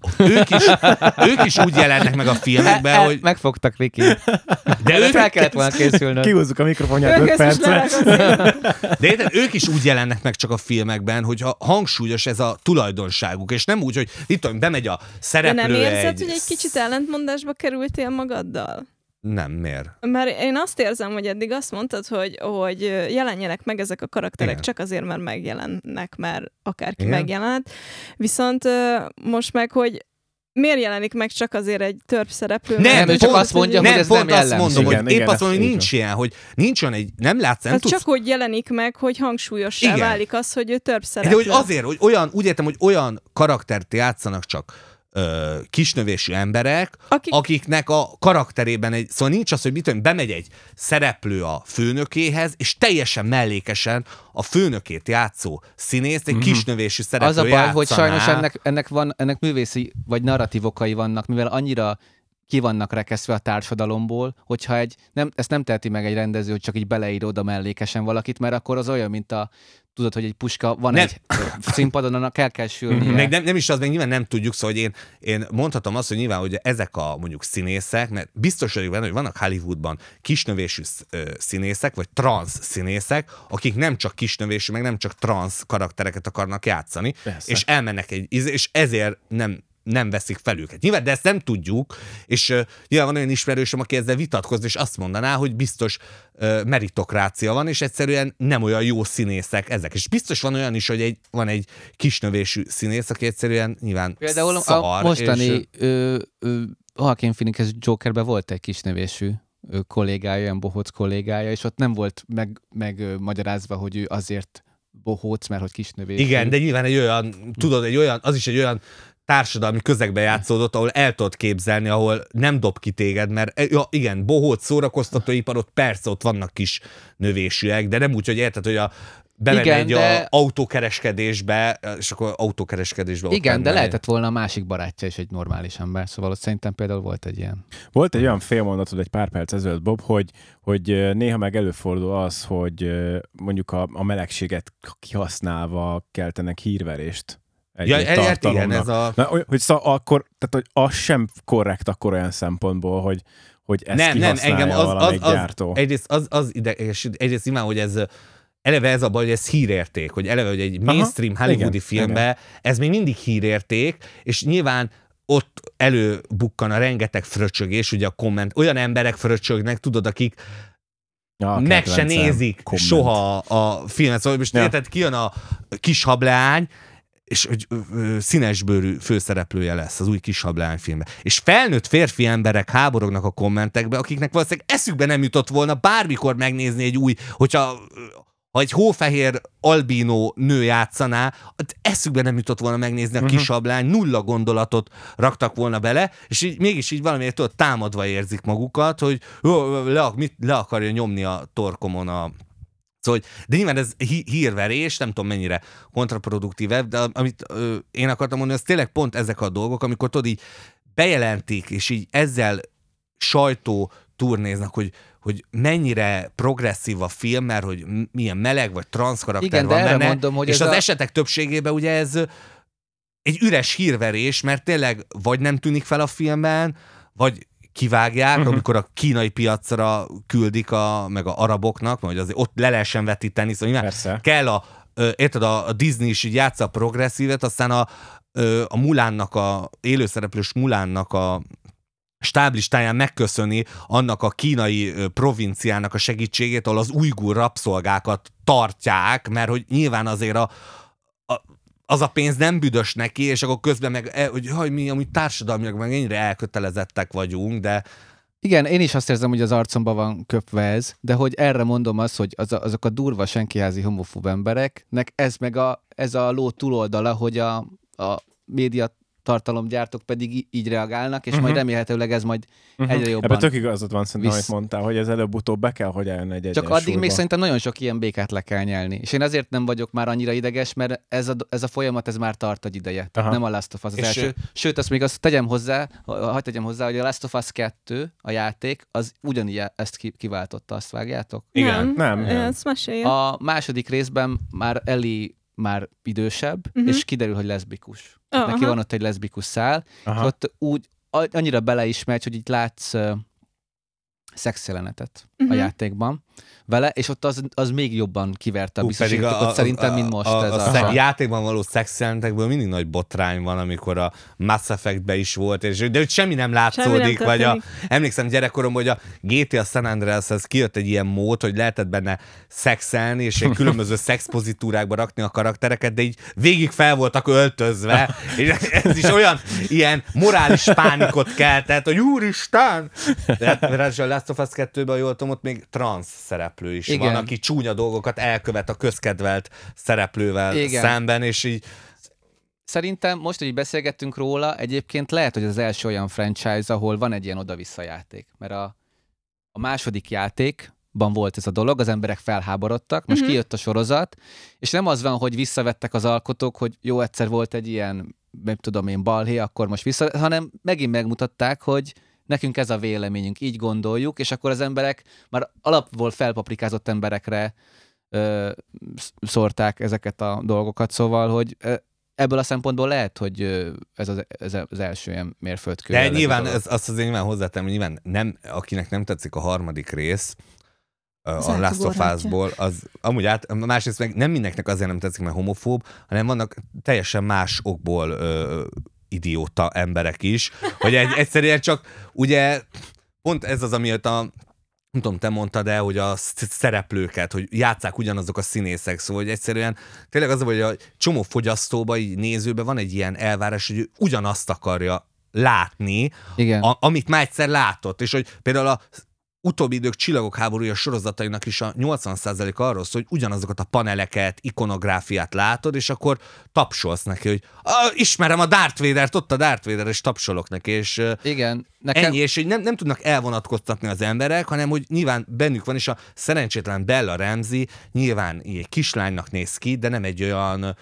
ők is úgy jelennek meg a filmekben, hogy... Megfogtak, Viki. De ők fel kellett volna készülnöd. Kihúzzuk a mikrofonját 5 percre. De érted, ők is úgy jelennek meg csak a filmekben, hogyha hangsúlyos ez a tulajdonságuk, és nem úgy, hogy itt tudom, bemegy a szereplő. De nem érzed, hogy egy kicsit ellentmondásba kerültél magaddal? Nem, miért? Mert én azt érzem, hogy eddig azt mondtad, hogy jelenjenek meg ezek a karakterek igen. csak azért, mert megjelennek, mert akárki igen. megjelent. Viszont most meg, hogy miért jelenik meg csak azért egy törp szereplő? Nem, ő csak azt mondja, hogy ez nem jellemző. Mondom, hogy épp azt mondom, hogy nincs ilyen, hogy nincs olyan egy, nem látsz, nem tudsz. Csak hogy jelenik meg, hogy hangsúlyossá válik az, hogy ő törp szereplő. De hogy azért, hogy olyan, úgy értem, hogy olyan karaktert játszanak csak kisnövésű emberek, akiknek a karakterében szóval nincs az, hogy mit tudom, bemegy egy szereplő a főnökéhez, és teljesen mellékesen a főnökét játszó színész egy kisnövésű szereplő az a baj, játszaná. hogy sajnos ennek művészi vagy narratív okai vannak, mivel annyira ki vannak rekesztve a társadalomból, hogyha ezt nem teheti meg egy rendező, hogy csak így beleír oda mellékesen valakit, mert akkor az olyan, mint tudod, hogy egy puska van egy színpadon, annak el kell sülnie. Nem is az, még nyilván nem tudjuk, szóval hogy én mondhatom azt, hogy nyilván, hogy ezek a mondjuk színészek, mert biztos vagyok benne, hogy vannak Hollywoodban kisnövésű színészek, vagy transz színészek, akik nem csak kisnövésű, meg nem csak transz karaktereket akarnak játszani, persze. És elmennek és ezért nem veszik fel őket. Nyilván, de ezt nem tudjuk, és nyilván van olyan ismerősöm, aki ezzel vitatkozni, és azt mondaná, hogy biztos meritokrácia van, és egyszerűen nem olyan jó színészek ezek. És biztos van olyan is, hogy van egy kisnövésű színész, aki egyszerűen nyilván például szar. A mostani Joaquin Phoenix Jokerben volt egy kisnövésű kollégája, olyan bohóc kollégája, és ott nem volt megmagyarázva, hogy ő azért bohóc, mert hogy kisnövésű. Igen, de nyilván az is egy olyan társadalmi közegbe játszódott, ahol el tudod képzelni, ahol nem dob ki téged, mert igen, bohóc szórakoztatóiparot, persze ott vannak kis növésűek, de nem úgy, hogy érted, hogy bemegy autókereskedésbe, és akkor autókereskedésbe igen, de lehetett volna a másik barátja is egy normális ember, szóval ott szerintem például volt egy ilyen. Volt egy olyan félmondatod egy pár perc ezelőtt, Bob, hogy néha meg előfordul az, hogy mondjuk a melegséget kihasználva keltenek hírverést. Igen, ez a... akkor, tehát, hogy az sem korrekt akkor olyan szempontból, hogy ezt kihasználja valamelyik gyártó. Egyrészt az ideges, egyrészt nyilván, hogy ez eleve ez a baj, hogy ez hírérték, hogy eleve, hogy egy mainstream hollywoodi filmben ez még mindig hírérték, és nyilván ott előbukkan a rengeteg fröcsögés, ugye a komment, olyan emberek fröcsögnek, tudod, akik meg se nézik soha a filmet, szóval most érted, kijön a kis hableány, és hogy színesbőrű főszereplője lesz az új Kis hableány filmben. És felnőtt férfi emberek háborognak a kommentekbe, akiknek valószínűleg eszükbe nem jutott volna bármikor megnézni egy új, hogyha egy hófehér albínó nő játszaná, eszükbe nem jutott volna megnézni a Kis hableány, nulla gondolatot raktak volna bele, és így, mégis így valamiért tudod, támadva érzik magukat, hogy le akarja nyomni a torkomon a... Szóval, de nyilván ez hírverés, nem tudom mennyire kontraproduktívebb, de amit én akartam mondani, az tényleg pont ezek a dolgok, amikor tudod így bejelentik, és így ezzel sajtó turnéznak, hogy mennyire progresszív a film, mert hogy milyen meleg vagy transz karakter van benne, mondom, hogy és az esetek többségében ugye ez egy üres hírverés, mert tényleg vagy nem tűnik fel a filmben, vagy kivágják, amikor a kínai piacra küldik meg a araboknak, vagy azért ott le lehessen vetíteni, szóval kell érted, a Disney is így játsza a progresszívet, aztán a Mulánnak, a élőszereplős Mulánnak a stáblistáján megköszöni annak a kínai provinciának a segítségét, ahol az ujgur rabszolgákat tartják, mert hogy nyilván azért az a pénz nem büdös neki, és akkor közben meg, hogy mi amúgy társadalmilag meg ennyire elkötelezettek vagyunk, de... Igen, én is azt érzem, hogy az arcomba van köpve ez, de hogy erre mondom azt, hogy azok a durva senkiházi homofób embereknek ez meg ez a ló túloldala, hogy a média tartalomgyártók pedig így reagálnak, és majd remélhetőleg ez majd egyre jobban. Ebben tök igazad van szerintem, amit mondtál, hogy ez előbb-utóbb be kell, hogy álljon egy Csak addig még szerintem nagyon sok ilyen békát le kell nyelni. És én azért nem vagyok már annyira ideges, mert ez a folyamat, ez már tart egy ideje. Tehát nem a Last of Us az első. Sőt, azt még azt tegyem hozzá, hogy a Last of Us 2, a játék, az ugyanígy ezt kiváltotta, azt vágjátok? Igen. Nem. Ezt mesélj. A második részben már Ellie már idősebb, és kiderül, hogy leszbikus. Neki van ott egy leszbikus szál, és ott úgy annyira beleismert, hogy így látsz szexjelenetet a játékban vele, és ott az még jobban kiverte a biztosítékot szerintem, mint most. A játékban való szexjelenetekből mindig nagy botrány van, amikor a Mass Effect-ben is volt, de semmi nem látszódik, emlékszem gyerekkoromban, hogy a GTA San Andreashez kijött egy ilyen mód, hogy lehetett benne szexelni, és egy különböző szexpozitúrákba rakni a karaktereket, de így végig fel voltak öltözve, és ez is olyan ilyen morális pánikot keltett, hogy úristen! De a Last of Us 2-ben jól tudom, ott még trans szereplő is van, aki csúnya dolgokat elkövet a közkedvelt szereplővel szemben, és így... Szerintem most, hogy beszélgettünk róla, egyébként lehet, hogy az első olyan franchise, ahol van egy ilyen oda-vissza játék. Mert a második játékban volt ez a dolog, az emberek felháborodtak, most kijött a sorozat, és nem az van, hogy visszavettek az alkotók, hogy jó, egyszer volt egy ilyen, nem tudom én, balhé, akkor most vissza, hanem megint megmutatták, hogy nekünk ez a véleményünk, így gondoljuk, és akkor az emberek már alapból felpaprikázott emberekre szórták ezeket a dolgokat, szóval, hogy ebből a szempontból lehet, hogy ez az első ilyen mérföldkő. De nyilván azt azért nyilván hozzátem, hogy nyilván nem, akinek nem tetszik a harmadik rész, a Last of Us-ból, az amúgy másrészt meg nem mindenkinek azért nem tetszik, mert homofób, hanem vannak teljesen más okból idióta emberek is, hogy egyszerűen csak ugye pont ez az, amiért nem tudom, te mondtad el, hogy a szereplőket, hogy játsszák ugyanazok a színészek, szóval hogy egyszerűen tényleg az, hogy a csomó fogyasztóba, így nézőben van egy ilyen elvárás, hogy ő ugyanazt akarja látni, amit már egyszer látott, és hogy például a utóbbi idők Csillagok háborúja sorozatainak is a 80% arról szól, hogy ugyanazokat a paneleket, ikonográfiát látod, és akkor tapsolsz neki, hogy ismerem a Darth Vadert, ott a Darth Vader, és tapsolok neki, és ennyi, és hogy nem tudnak elvonatkoztatni az emberek, hanem hogy nyilván bennük van, és a szerencsétlen Bella Ramsey nyilván egy kislánynak néz ki, de nem egy olyan,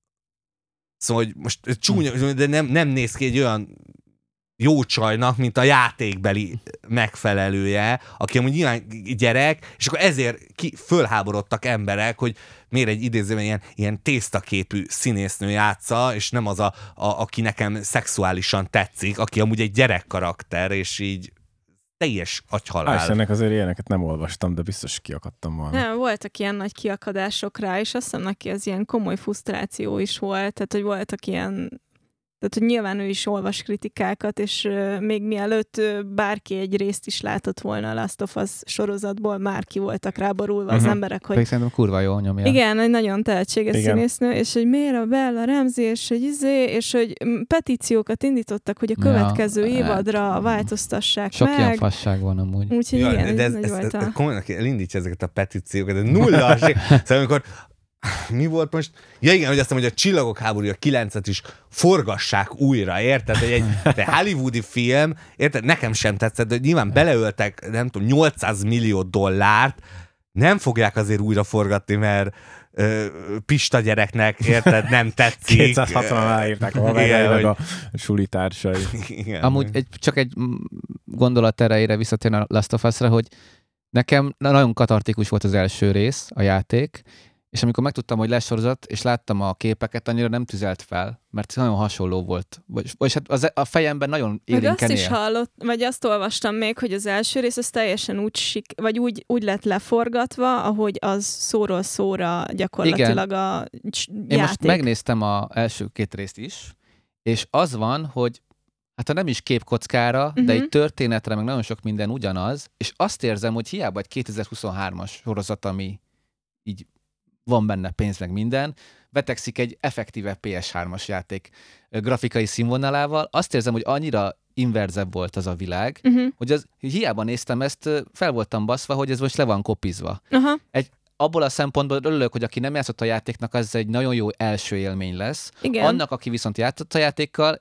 szóval hogy most csúnya, de nem néz ki egy olyan jó csajnak, mint a játékbeli megfelelője, aki amúgy nyilván gyerek, és akkor ezért fölháborodtak emberek, hogy miért egy idézőben ilyen tésztaképű színésznő játsza, és nem az aki nekem szexuálisan tetszik, aki amúgy egy gyerek karakter, és így teljes agyhalál. Ennek azért ilyeneket nem olvastam, de biztos kiakadtam volna. Nem, voltak ilyen nagy kiakadások rá, és azt hiszem neki az ilyen komoly frusztráció is volt, tehát hogy voltak ilyen. Tehát, hogy nyilván ő is olvas kritikákat, és még mielőtt bárki egy részt is látott volna a Last of Us sorozatból, már ki voltak ráborulva az emberek, hogy... Szerintem kurva jó nyomja. Igen, egy nagyon tehetséges színésznő, és hogy miért a Bella Ramsey, és hogy petíciókat indítottak, hogy a következő évadra változtassák sok meg. Sok ilyen fasság van amúgy. Úgyhogy igen, de ez komolyan elindítja ezeket a petíciókat, de nulla. Szóval amikor mi volt most? Ja igen, hogy azt mondom, hogy a Csillagok háborúja 9-et is forgassák újra, érted? Egy hollywoodi film, érted? Nekem sem tetszett, de nyilván beleöltek, nem tudom, $800 millió, nem fogják azért újra forgatni, mert pista gyereknek, érted, nem tetszik. 260 aláírták meg a sulitársai. Amúgy csak egy gondolat erejére visszatérni a Last of Us-ra, hogy nekem nagyon katartikus volt az első rész, a játék, és amikor megtudtam, hogy lesz sorozat, és láttam a képeket, annyira nem tüzelt fel, mert nagyon hasonló volt. Vagy hát a fejemben nagyon élénken él. Azt is hallott, vagy azt olvastam még, hogy az első rész az teljesen úgy lett leforgatva, ahogy az szóról szóra gyakorlatilag igen. A játék. Én most megnéztem az első 2 részt is, és az van, hogy hát ha nem is képkockára, de egy történetre, meg nagyon sok minden ugyanaz, és azt érzem, hogy hiába egy 2023-as sorozat, ami így van benne pénz meg minden, vetekszik egy effektíve PS3-as játék grafikai színvonalával. Azt érzem, hogy annyira inverzebb volt az a világ, hogy hiába néztem ezt, fel voltam baszva, hogy ez most le van kopizva. Abból a szempontból örülök, hogy aki nem játszott a játéknak, az egy nagyon jó első élmény lesz. Igen. Annak, aki viszont játszott a játékkal, én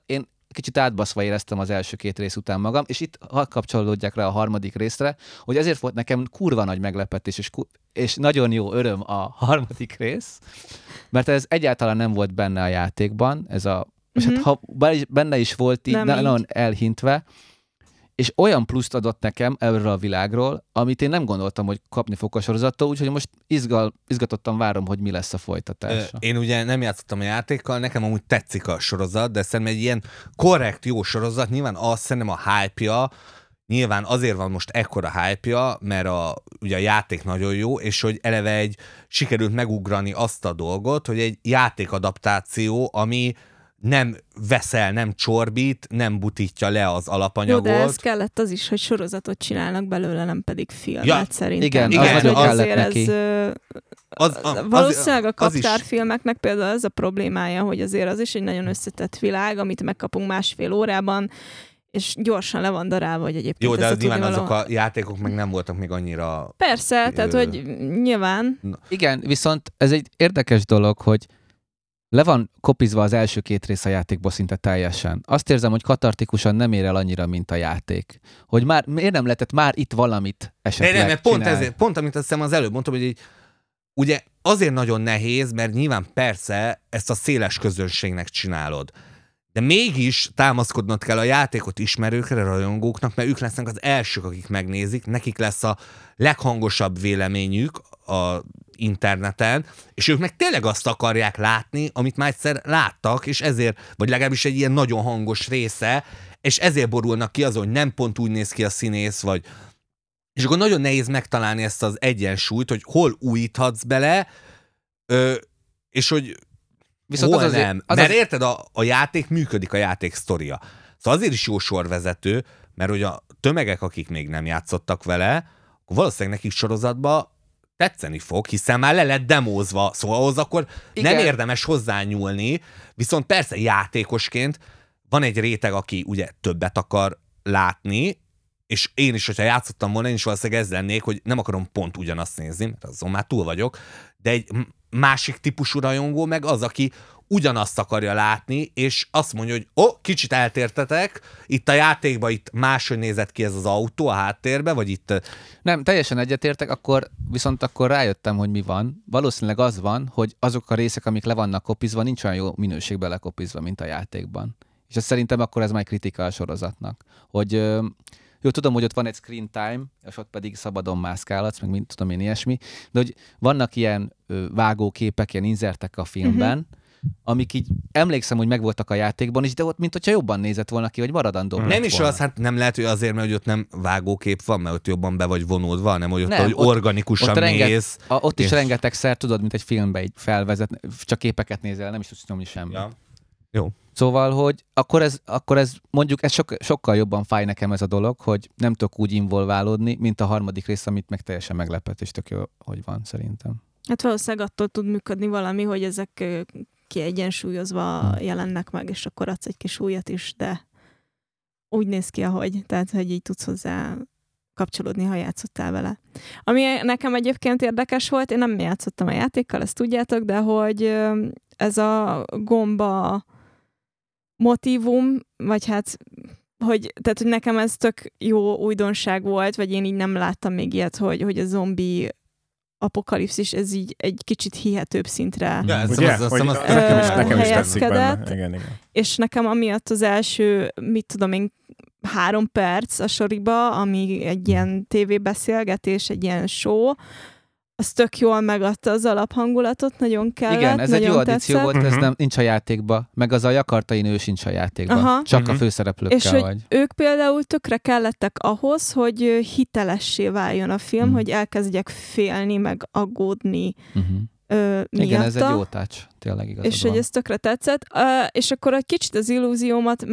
kicsit átbaszva éreztem az első 2 rész után magam, és itt kapcsolódjak rá a harmadik részre, hogy ezért volt nekem kurva nagy meglepetés, és nagyon jó öröm a harmadik rész, mert ez egyáltalán nem volt benne a játékban, ez a, és hát ha benne is volt így, nagyon elhintve, és olyan pluszt adott nekem erről a világról, amit én nem gondoltam, hogy kapni fog a sorozattól, úgyhogy most izgatottan várom, hogy mi lesz a folytatása. Én ugye nem játszottam a játékkal, nekem amúgy tetszik a sorozat, de szerintem egy ilyen korrekt, jó sorozat, nyilván azt szerintem a hype-ja, nyilván azért van most ekkora hype-ja, mert ugye a játék nagyon jó, és hogy eleve sikerült megugrani azt a dolgot, hogy egy játékadaptáció, ami nem veszel, nem csorbít, nem butítja le az alapanyagot. Jó, de ez kellett az is, hogy sorozatot csinálnak belőle, nem pedig filmet szerintem. Igen, az nagyon kellett neki. Valószínűleg a kaptárfilmeknek például ez a problémája, hogy azért az is egy nagyon összetett világ, amit megkapunk 1,5 órában, és gyorsan le van darálva, hogy egyébként... Jó, de nyilván azok a játékok meg nem voltak még annyira... Persze, tehát hogy nyilván... Igen, viszont ez egy érdekes dolog, hogy le van kopizva az első 2 rész a játékból szinte teljesen. Azt érzem, hogy katartikusan nem ér el annyira, mint a játék. Hogy már miért nem lehetett már itt valamit esetleg mert pont amit azt hiszem az előbb mondtam, hogy ugye azért nagyon nehéz, mert nyilván persze ezt a széles közönségnek csinálod. De mégis támaszkodnod kell a játékot ismerőkre, rajongóknak, mert ők lesznek az elsők, akik megnézik, nekik lesz a leghangosabb véleményük a interneten, és ők meg tényleg azt akarják látni, amit már egyszer láttak, és ezért, vagy legalábbis egy ilyen nagyon hangos része, és ezért borulnak ki azon, hogy nem pont úgy néz ki a színész, vagy... És akkor nagyon nehéz megtalálni ezt az egyensúlyt, hogy hol újíthatsz bele, és hogy viszont hol nem. Mert érted, a játék működik, a játék sztoria. Szóval azért is jó sorvezető, mert hogy a tömegek, akik még nem játszottak vele, akkor valószínűleg nekik sorozatba tetszeni fog, hiszen már le lett demózva, szóval ahhoz akkor nem érdemes hozzányúlni, viszont persze játékosként van egy réteg, aki ugye többet akar látni, és én is, hogyha játszottam volna, én is valószínűleg ez lennék, hogy nem akarom pont ugyanazt nézni, mert azon már túl vagyok, de egy másik típusú rajongó meg az, aki ugyanazt akarja látni, és azt mondja, hogy kicsit eltértetek, itt a játékban itt máshogy nézett ki ez az autó a háttérbe, vagy itt... Nem, teljesen egyetértek, viszont akkor rájöttem, hogy mi van. Valószínűleg az van, hogy azok a részek, amik le vannak kopizva, nincs olyan jó minőségben lekopizva, mint a játékban. És azt szerintem akkor ez már kritika a sorozatnak. Hogy jó, tudom, hogy ott van egy screen time, és ott pedig szabadon mászkálhatsz, meg mint tudom én ilyesmi, de hogy vannak ilyen vágóképek, ilyen inzertek a filmben, amik így emlékszem, hogy megvoltak a játékban is, de ott mint hogyha jobban nézett volna ki, hogy maradandó. Nem is az, hát nem lehet, hogy azért, mert hogy ott nem vágókép van, mert ott jobban be vagy vonódva, hanem hogy ott, nem, hogy organikusan néz. Ott is rengetegszer, tudod, mint egy filmbe így felvezet, csak képeket nézel, nem is tudsz nyomni semmi. Ja. Jó. Szóval, hogy akkor ez mondjuk ez sokkal jobban fáj nekem ez a dolog, hogy nem tudok úgy involválódni, mint a harmadik rész, amit meg teljesen meglepett, és tök jó, hogy van szerintem. Hát valószínűleg attól tud működni valami, hogy ezek kiegyensúlyozva jelennek meg, és akkor adsz egy kis újat is, de úgy néz ki, ahogy, tehát hogy így tudsz hozzá kapcsolódni, ha játszottál vele. Ami nekem egyébként érdekes volt, én nem játszottam a játékkal, ezt tudjátok, de hogy ez a gomba motívum, vagy hát, tehát, hogy nekem ez tök jó újdonság volt, vagy én így nem láttam még ilyet, hogy a zombi apokalipszis, ez így egy kicsit hihetőbb szintre nekem is tetszik benne. Igen. És nekem amiatt az első, 3 perc a soriba, ami egy ilyen tévébeszélgetés, egy ilyen show, az tök jól megadta az alaphangulatot, nagyon kellett. Igen, ez egy jó addíció volt, ez nincs a játékba, meg az a jakartai nő sincs a játékban, csak a főszereplőkkel és vagy. És ők például tökre kellettek ahhoz, hogy hitelessé váljon a film, hogy elkezdjek félni, meg aggódni miatta. Igen, ez egy jó touch, tényleg igazad és van. hogy ez tökre tetszett. És akkor egy kicsit az illúziómat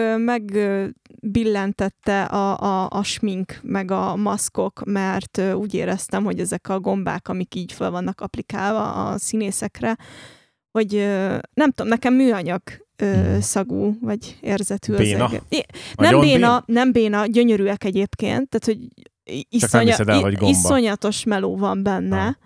megbillentette a smink, meg a maszkok, mert úgy éreztem, hogy ezek a gombák, amik így fel vannak applikálva a színészekre, hogy nem tudom, nekem műanyag szagú, vagy érzetű béna? Az nem béna, gyönyörűek egyébként, tehát hogy iszonyatos meló van benne.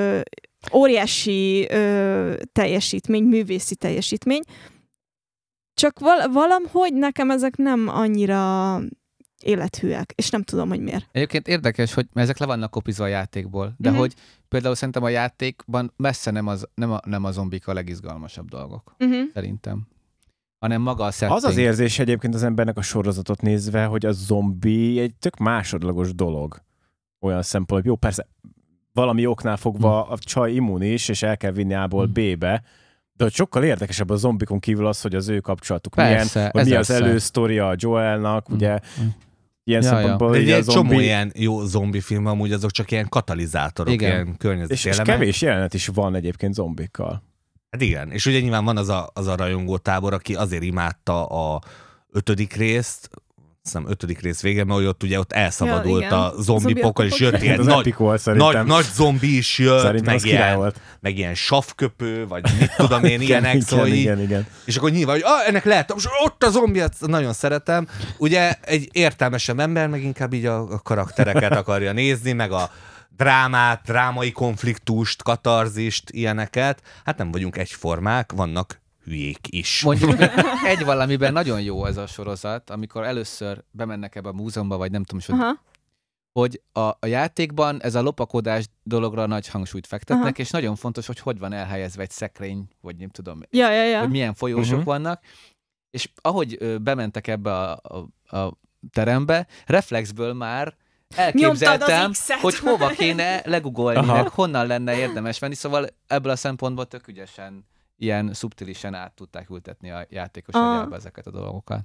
Óriási teljesítmény, művészi teljesítmény, Csak valahogy nekem ezek nem annyira élethűek, és nem tudom, hogy miért. Egyébként érdekes, hogy ezek le vannak kopizva a játékból, de hogy például szerintem a játékban messze nem a zombik a legizgalmasabb dolgok. Szerintem. Hanem maga a setting. Az az érzés egyébként az embernek a sorozatot nézve, hogy a zombi egy tök másodlagos dolog. Olyan szempontból, jó, persze valami oknál fogva a csaj immunis, és el kell vinni A-ból B-be, de hogy sokkal érdekesebb a zombikon kívül az, hogy az ő kapcsolatuk persze, milyen, hogy mi az elősztoria a Joelnak, ugye ilyen szempontból. De egy zombi... csomó ilyen jó zombi film, amúgy azok csak ilyen katalizátorok, igen. ilyen környezeti és kevés jelenet is van egyébként zombikkal. Hát igen, és ugye nyilván van az a rajongó tábor, aki azért imádta a 5. részt, hiszem 5. rész vége, mert ott ugye ott elszabadult a zombipokol, és jött ilyen nagy zombi is jött, meg ilyen savköpő, vagy mit tudom én, ilyenek, szóval igen. És akkor nyilván, hogy ennek lehet, most ott a zombi, nagyon szeretem. Ugye egy értelmesebb ember, meg inkább így a karaktereket akarja nézni, meg a drámát, drámai konfliktust, katarzist, ilyeneket. Hát nem vagyunk egyformák, vannak hülyék is. Mondjuk egy valamiben nagyon jó ez a sorozat, amikor először bemennek ebbe a múzeumba, vagy nem tudom, hogy a játékban ez a lopakodás dologra nagy hangsúlyt fektetnek, és nagyon fontos, hogy van elhelyezve egy szekrény, vagy nem tudom, hogy milyen folyósok vannak. És ahogy bementek ebbe a terembe, reflexből már elképzeltem, hogy hova kéne legugolni, meg honnan lenne érdemes venni, szóval ebből a szempontból tök ügyesen, ilyen szubtilisen át tudták ültetni a játékos agyába ezeket a dolgokat.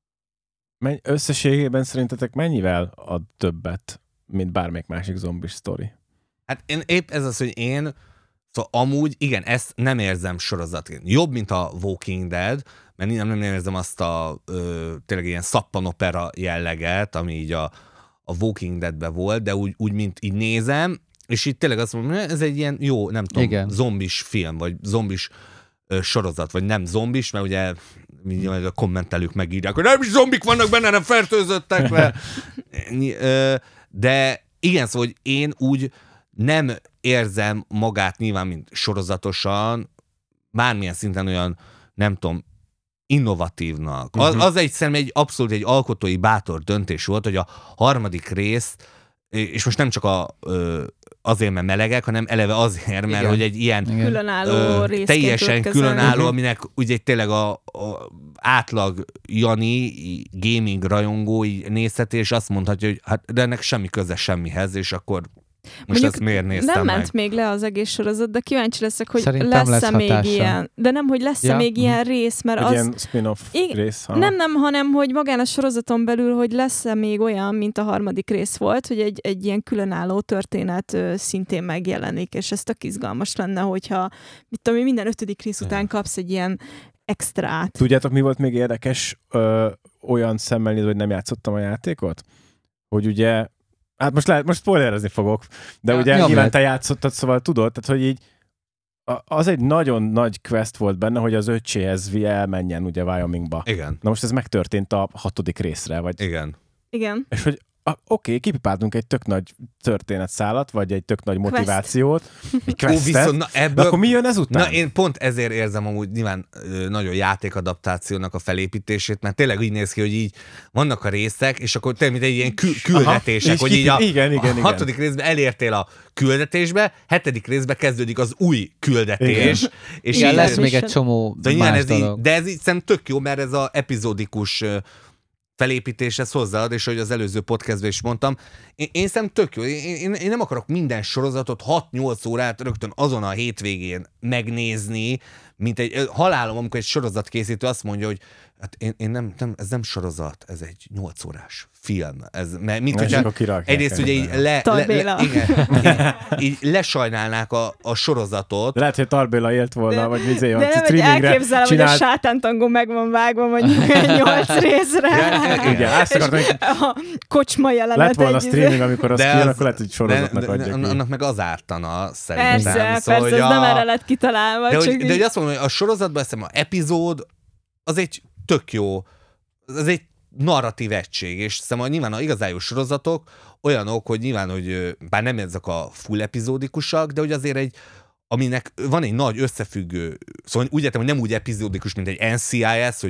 Összességében szerintetek mennyivel ad többet, mint bármelyik másik zombis sztori? Hát épp ez az, hogy én szóval amúgy, igen, ezt nem érzem sorozatként. Jobb, mint a Walking Dead, mert nem érzem azt a tényleg ilyen szappanopera jelleget, ami így a Walking Deadben volt, de úgy, mint így nézem, és így tényleg azt mondom, ez egy ilyen jó, nem tudom, igen. Zombis film, vagy zombis sorozat, vagy nem zombis, mert ugye mindjárt a kommentelők megírják, hogy nem is zombik vannak benne, nem fertőzöttek le. De igen, szóval, hogy én úgy nem érzem magát nyilván, mint sorozatosan, bármilyen szinten olyan, nem tudom, innovatívnak. Az egy abszolút egy alkotói bátor döntés volt, hogy a 3. rész, és most nem csak azért, mert melegek, hanem eleve azért, mert hogy egy ilyen különálló teljesen különálló, aminek ugye tényleg a átlag Jani gaming rajongó nézheti, és azt mondhatja, hogy hát de ennek semmi köze semmihez, és akkor most ezt miért néztem nem meg? ment még le az egész sorozat, de kíváncsi leszek, hogy szerintem lesz-e még ilyen. De nem, hogy lesz-e még ilyen rész, mert az... ilyen spin-off rész. Nem, hanem, hogy magán a sorozaton belül, hogy lesz-e még olyan, mint a 3. rész volt, hogy egy ilyen különálló történet szintén megjelenik, és ez tök izgalmas lenne, hogyha mit tudom, minden 5. rész után kapsz egy ilyen extrát. Tudjátok, mi volt még érdekes olyan szemmel nézve, hogy nem játszottam a játékot? Hogy ugye hát most spoilerezni fogok, de ugye nyilván te játszottad, szóval tudod, tehát hogy így az egy nagyon nagy quest volt benne, hogy az öccséhez elmenjen ugye Wyomingba. Igen. Na most ez megtörtént a 6. részre, vagy... Igen. És hogy oké, kipipáltunk egy tök nagy történetszálat, vagy egy tök nagy motivációt, egy questet, de akkor mi jön ezután? Na, én pont ezért érzem amúgy nyilván nagyon játékadaptációnak a felépítését, mert tényleg így néz ki, hogy így vannak a részek, és akkor tényleg mint egy ilyen küldetések, hogy így a 6. részben elértél a küldetésbe, 7. részben kezdődik az új küldetés. Igen. És igen, lesz még egy csomó más dolog. De ez így szerintem tök jó, mert ez az epizódikus felépítéshez hozzáad, és ahogy az előző podcastben is mondtam, én szerintem tök jó. Én nem akarok minden sorozatot 6-8 órát rögtön azon a hétvégén megnézni, mint egy halálom, amikor egy sorozatkészítő azt mondja, hogy hát én nem, ez nem sorozat, ez egy 8 órás film. Ez, mint hogyha egyrészt ugye így lesajnálnák a sorozatot. Lehet, hogy Tarbéla élt volna, vagy vizé a streamingre elképzelem, hogy a sátántangó meg van vágva, mondjuk 8 részre. A kocsma jelenet. Lett volna a streaming, amikor az kijön, akkor lehet, hogy sorozatnak adják. Annak meg az ártana, szerintem. Persze, ez nem erre lett kitalálva. De hogy azt mondom, hogy a sorozatban a epizód az egy tök jó, ez egy narratív egység, és szerintem nyilván a igazán jó sorozatok olyanok, hogy nyilván, hogy bár nem ezek a full epizódikusak, de hogy azért aminek van egy nagy összefüggő, szóval úgy értem, hogy nem úgy epizódikus, mint egy NCIS, hogy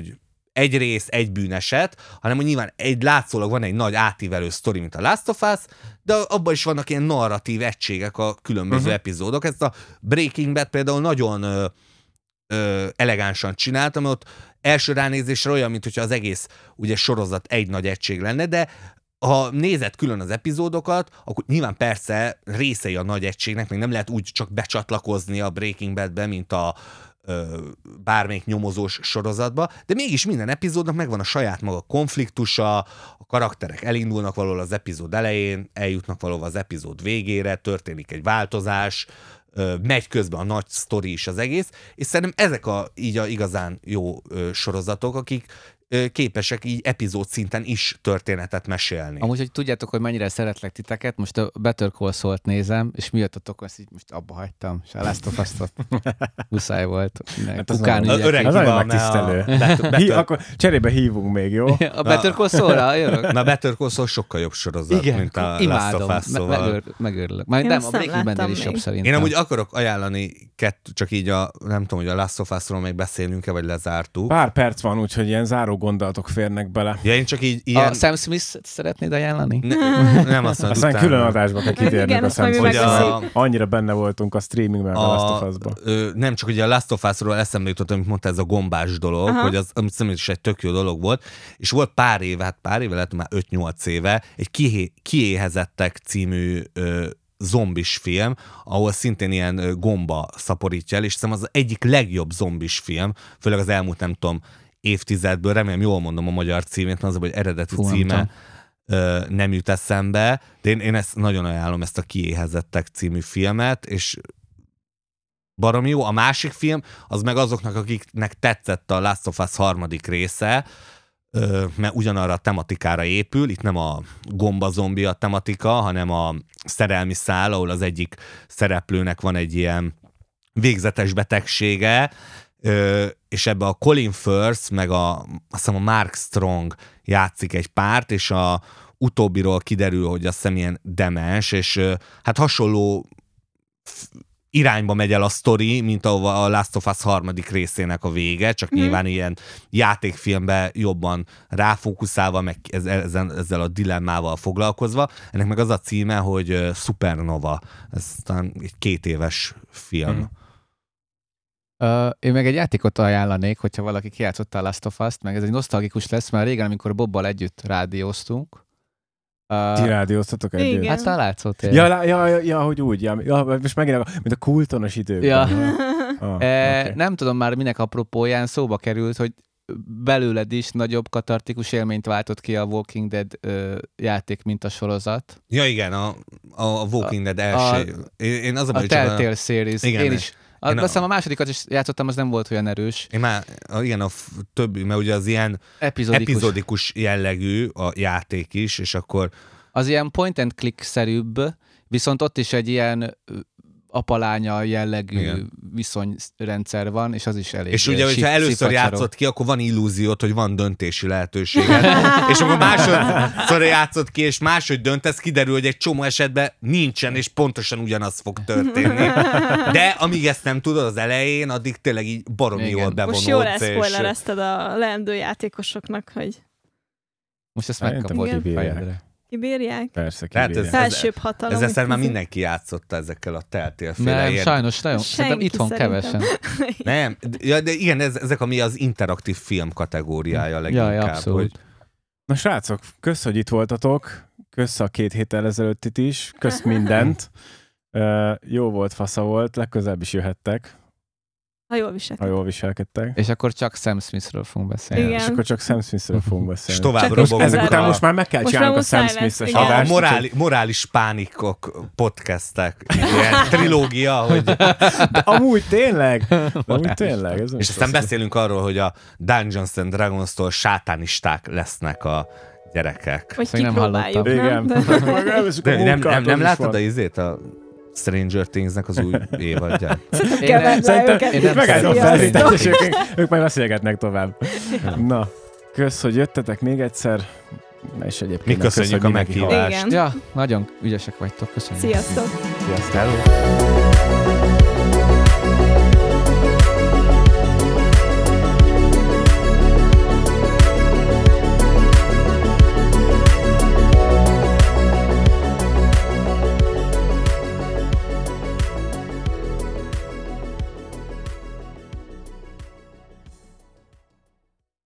egy rész, egy bűneset, hanem hogy nyilván látszólag van egy nagy átívelő sztori, mint a Last of Us, de abban is vannak ilyen narratív egységek a különböző epizódok. Ezt a Breaking Bad például nagyon elegánsan csináltam, ott első ránézésre olyan, mintha az egész ugye sorozat egy nagy egység lenne, de ha nézed külön az epizódokat, akkor nyilván persze részei a nagy egységnek, még nem lehet úgy csak becsatlakozni a Breaking Badbe, mint a bármelyik nyomozós sorozatba, de mégis minden epizódnak megvan a saját maga konfliktusa, a karakterek elindulnak valahol az epizód elején, eljutnak valahol az epizód végére, történik egy változás, megy közben a nagy sztori is az egész, és szerintem ezek így a igazán jó sorozatok, akik képesek így epizód szinten is történetet mesélni. Amúgy, hogy tudjátok, hogy mennyire szeretlek titeket, most a Better Call Saul-t nézem, és miattatok ezt így most abba hagytam, és a Last of Us-ot muszáj volt. Hát az öreg megtisztelő. Akkor cserébe hívunk még, jó? A Better Call Saul-ra jövök? Na, Better Call Saul sokkal jobb sorozat, igen, mint a imádom, Last of Us, szóval. Megőrülök. Majd nem, a Breaking Bad-nél is jobb szerintem. Én amúgy akarok ajánlani csak így nem tudom, hogy a Last of Us-ról még beszélünk-e, vagy lezártuk. Pár perc van, úgyhogy ilyen záró gondolatok férnek bele. Ja, én csak így ilyen... A Sam Smith szeretnéd ajánlani? Nem azt mondom. Aztán külön adásba kell kitérnünk a Sam Smith-re. Annyira benne voltunk a streamingben, a Last of Us-ba. Nem csak ugye a Last of Us-ról eszembe jutott, amit mondta, ez a gombás dolog, hogy az, amit szerintem is egy tök jó dolog volt, és volt pár éve, lehet már 5-8 éve, egy Kiéhezettek című zombis film, ahol szintén ilyen gomba szaporítja el, és szerintem az egyik legjobb zombis film, főleg az elmúlt, nem tudom, évtizedből, remélem jól mondom a magyar címét, mert az, hogy eredeti címe nem jut eszembe, de én ezt nagyon ajánlom, ezt a Kiéhezettek című filmet, és baromi jó. A másik film, az meg azoknak, akiknek tetszett a Last of Us 3. része, mert ugyanarra a tematikára épül, itt nem a gomba-zombi a tematika, hanem a szerelmi szál, ahol az egyik szereplőnek van egy ilyen végzetes betegsége, és ebbe a Colin Firth, meg azt hiszem a Mark Strong játszik egy párt, és a utóbbiról kiderül, hogy azt hiszem ilyen demens, és hát hasonló irányba megy el a sztori, mint ahova a Last of Us 3. részének a vége, csak nyilván ilyen játékfilmben jobban ráfókuszálva, meg ezzel a dilemmával foglalkozva. Ennek meg az a címe, hogy Supernova. Ez talán egy 2 éves film. Én meg egy játékot ajánlanék, hogyha valaki kijátszotta a Last of Us-t, meg ez egy nosztalgikus lesz, mert régen, amikor Bobbal együtt rádióztunk. Ti rádióztatok együtt? Igen. Hát látszott. Ja, hogy úgy. Ja, most megint, mint a kultonos időkben. Ja. Okay. Nem tudom már minek apropóján szóba került, hogy belőled is nagyobb katartikus élményt váltott ki a Walking Dead játék, mint a sorozat. Ja igen, a Walking Dead első. Én az a Telltale Series. Igen, én is. Azt hiszem a másodikat is játszottam, az nem volt olyan erős. Én már, igen, a többi, mert ugye az ilyen epizódikus jellegű a játék is, és akkor... Az ilyen point and click-szerűbb, viszont ott is egy ilyen apalánya jellegű viszonyrendszer van, és az is elég. És ugye, hogyha először játszott ki, akkor van illúziót, hogy van döntési lehetőséged. És akkor másodszor játszott ki, és máshogy döntesz, kiderül, hogy egy csomó esetben nincsen, és pontosan ugyanaz fog történni. De amíg ezt nem tudod az elején, addig tényleg így baromi jól bevonódsz. Most jól elszpoilerezted a leendő játékosoknak, hogy... Most ezt megkapod a fejedre. Kibírják? Persze, kibírják. Felsőbb hatalom. Ezzel már mindenki játszotta ezekkel a Telltale-féle. Nem, sajnos nagyon. Szerintem itthon kevesen. Nem, de igen, ezek ami az interaktív film kategóriája leginkább. Ja, abszolút. Hogy... Na srácok, kösz, hogy itt voltatok. Kösz a 2 héttel ezelőttit is. Kösz mindent. Jó volt, fasza volt. Legközelebb is jöhettek. Ha jól viselkedtek. És akkor csak Sam Smithről fogunk beszélni. Igen. És akkor csak Sam Smithről fogunk beszélni. És tovább robogunk. Ezek után most már meg kell csinálnunk a Sam Smith-es adást. A morális pánikok podcastek. Ilyen trilógia, hogy... De amúgy tényleg. És aztán beszélünk arról, hogy a Dungeons and Dragons-tól sátánisták lesznek a gyerekek. Hogy kipróbáljuk, nem? Igen. Nem láttad a izét a Stranger Things-nek az új évadját? Szerintem megállom felvételt, és ők majd beszélgetnek tovább. Na, kösz, hogy jöttetek még egyszer. És egyébként mi köszönjük a meghívást. Ja, nagyon ügyesek vagytok. Köszönjük. Sziasztok! Sziasztok!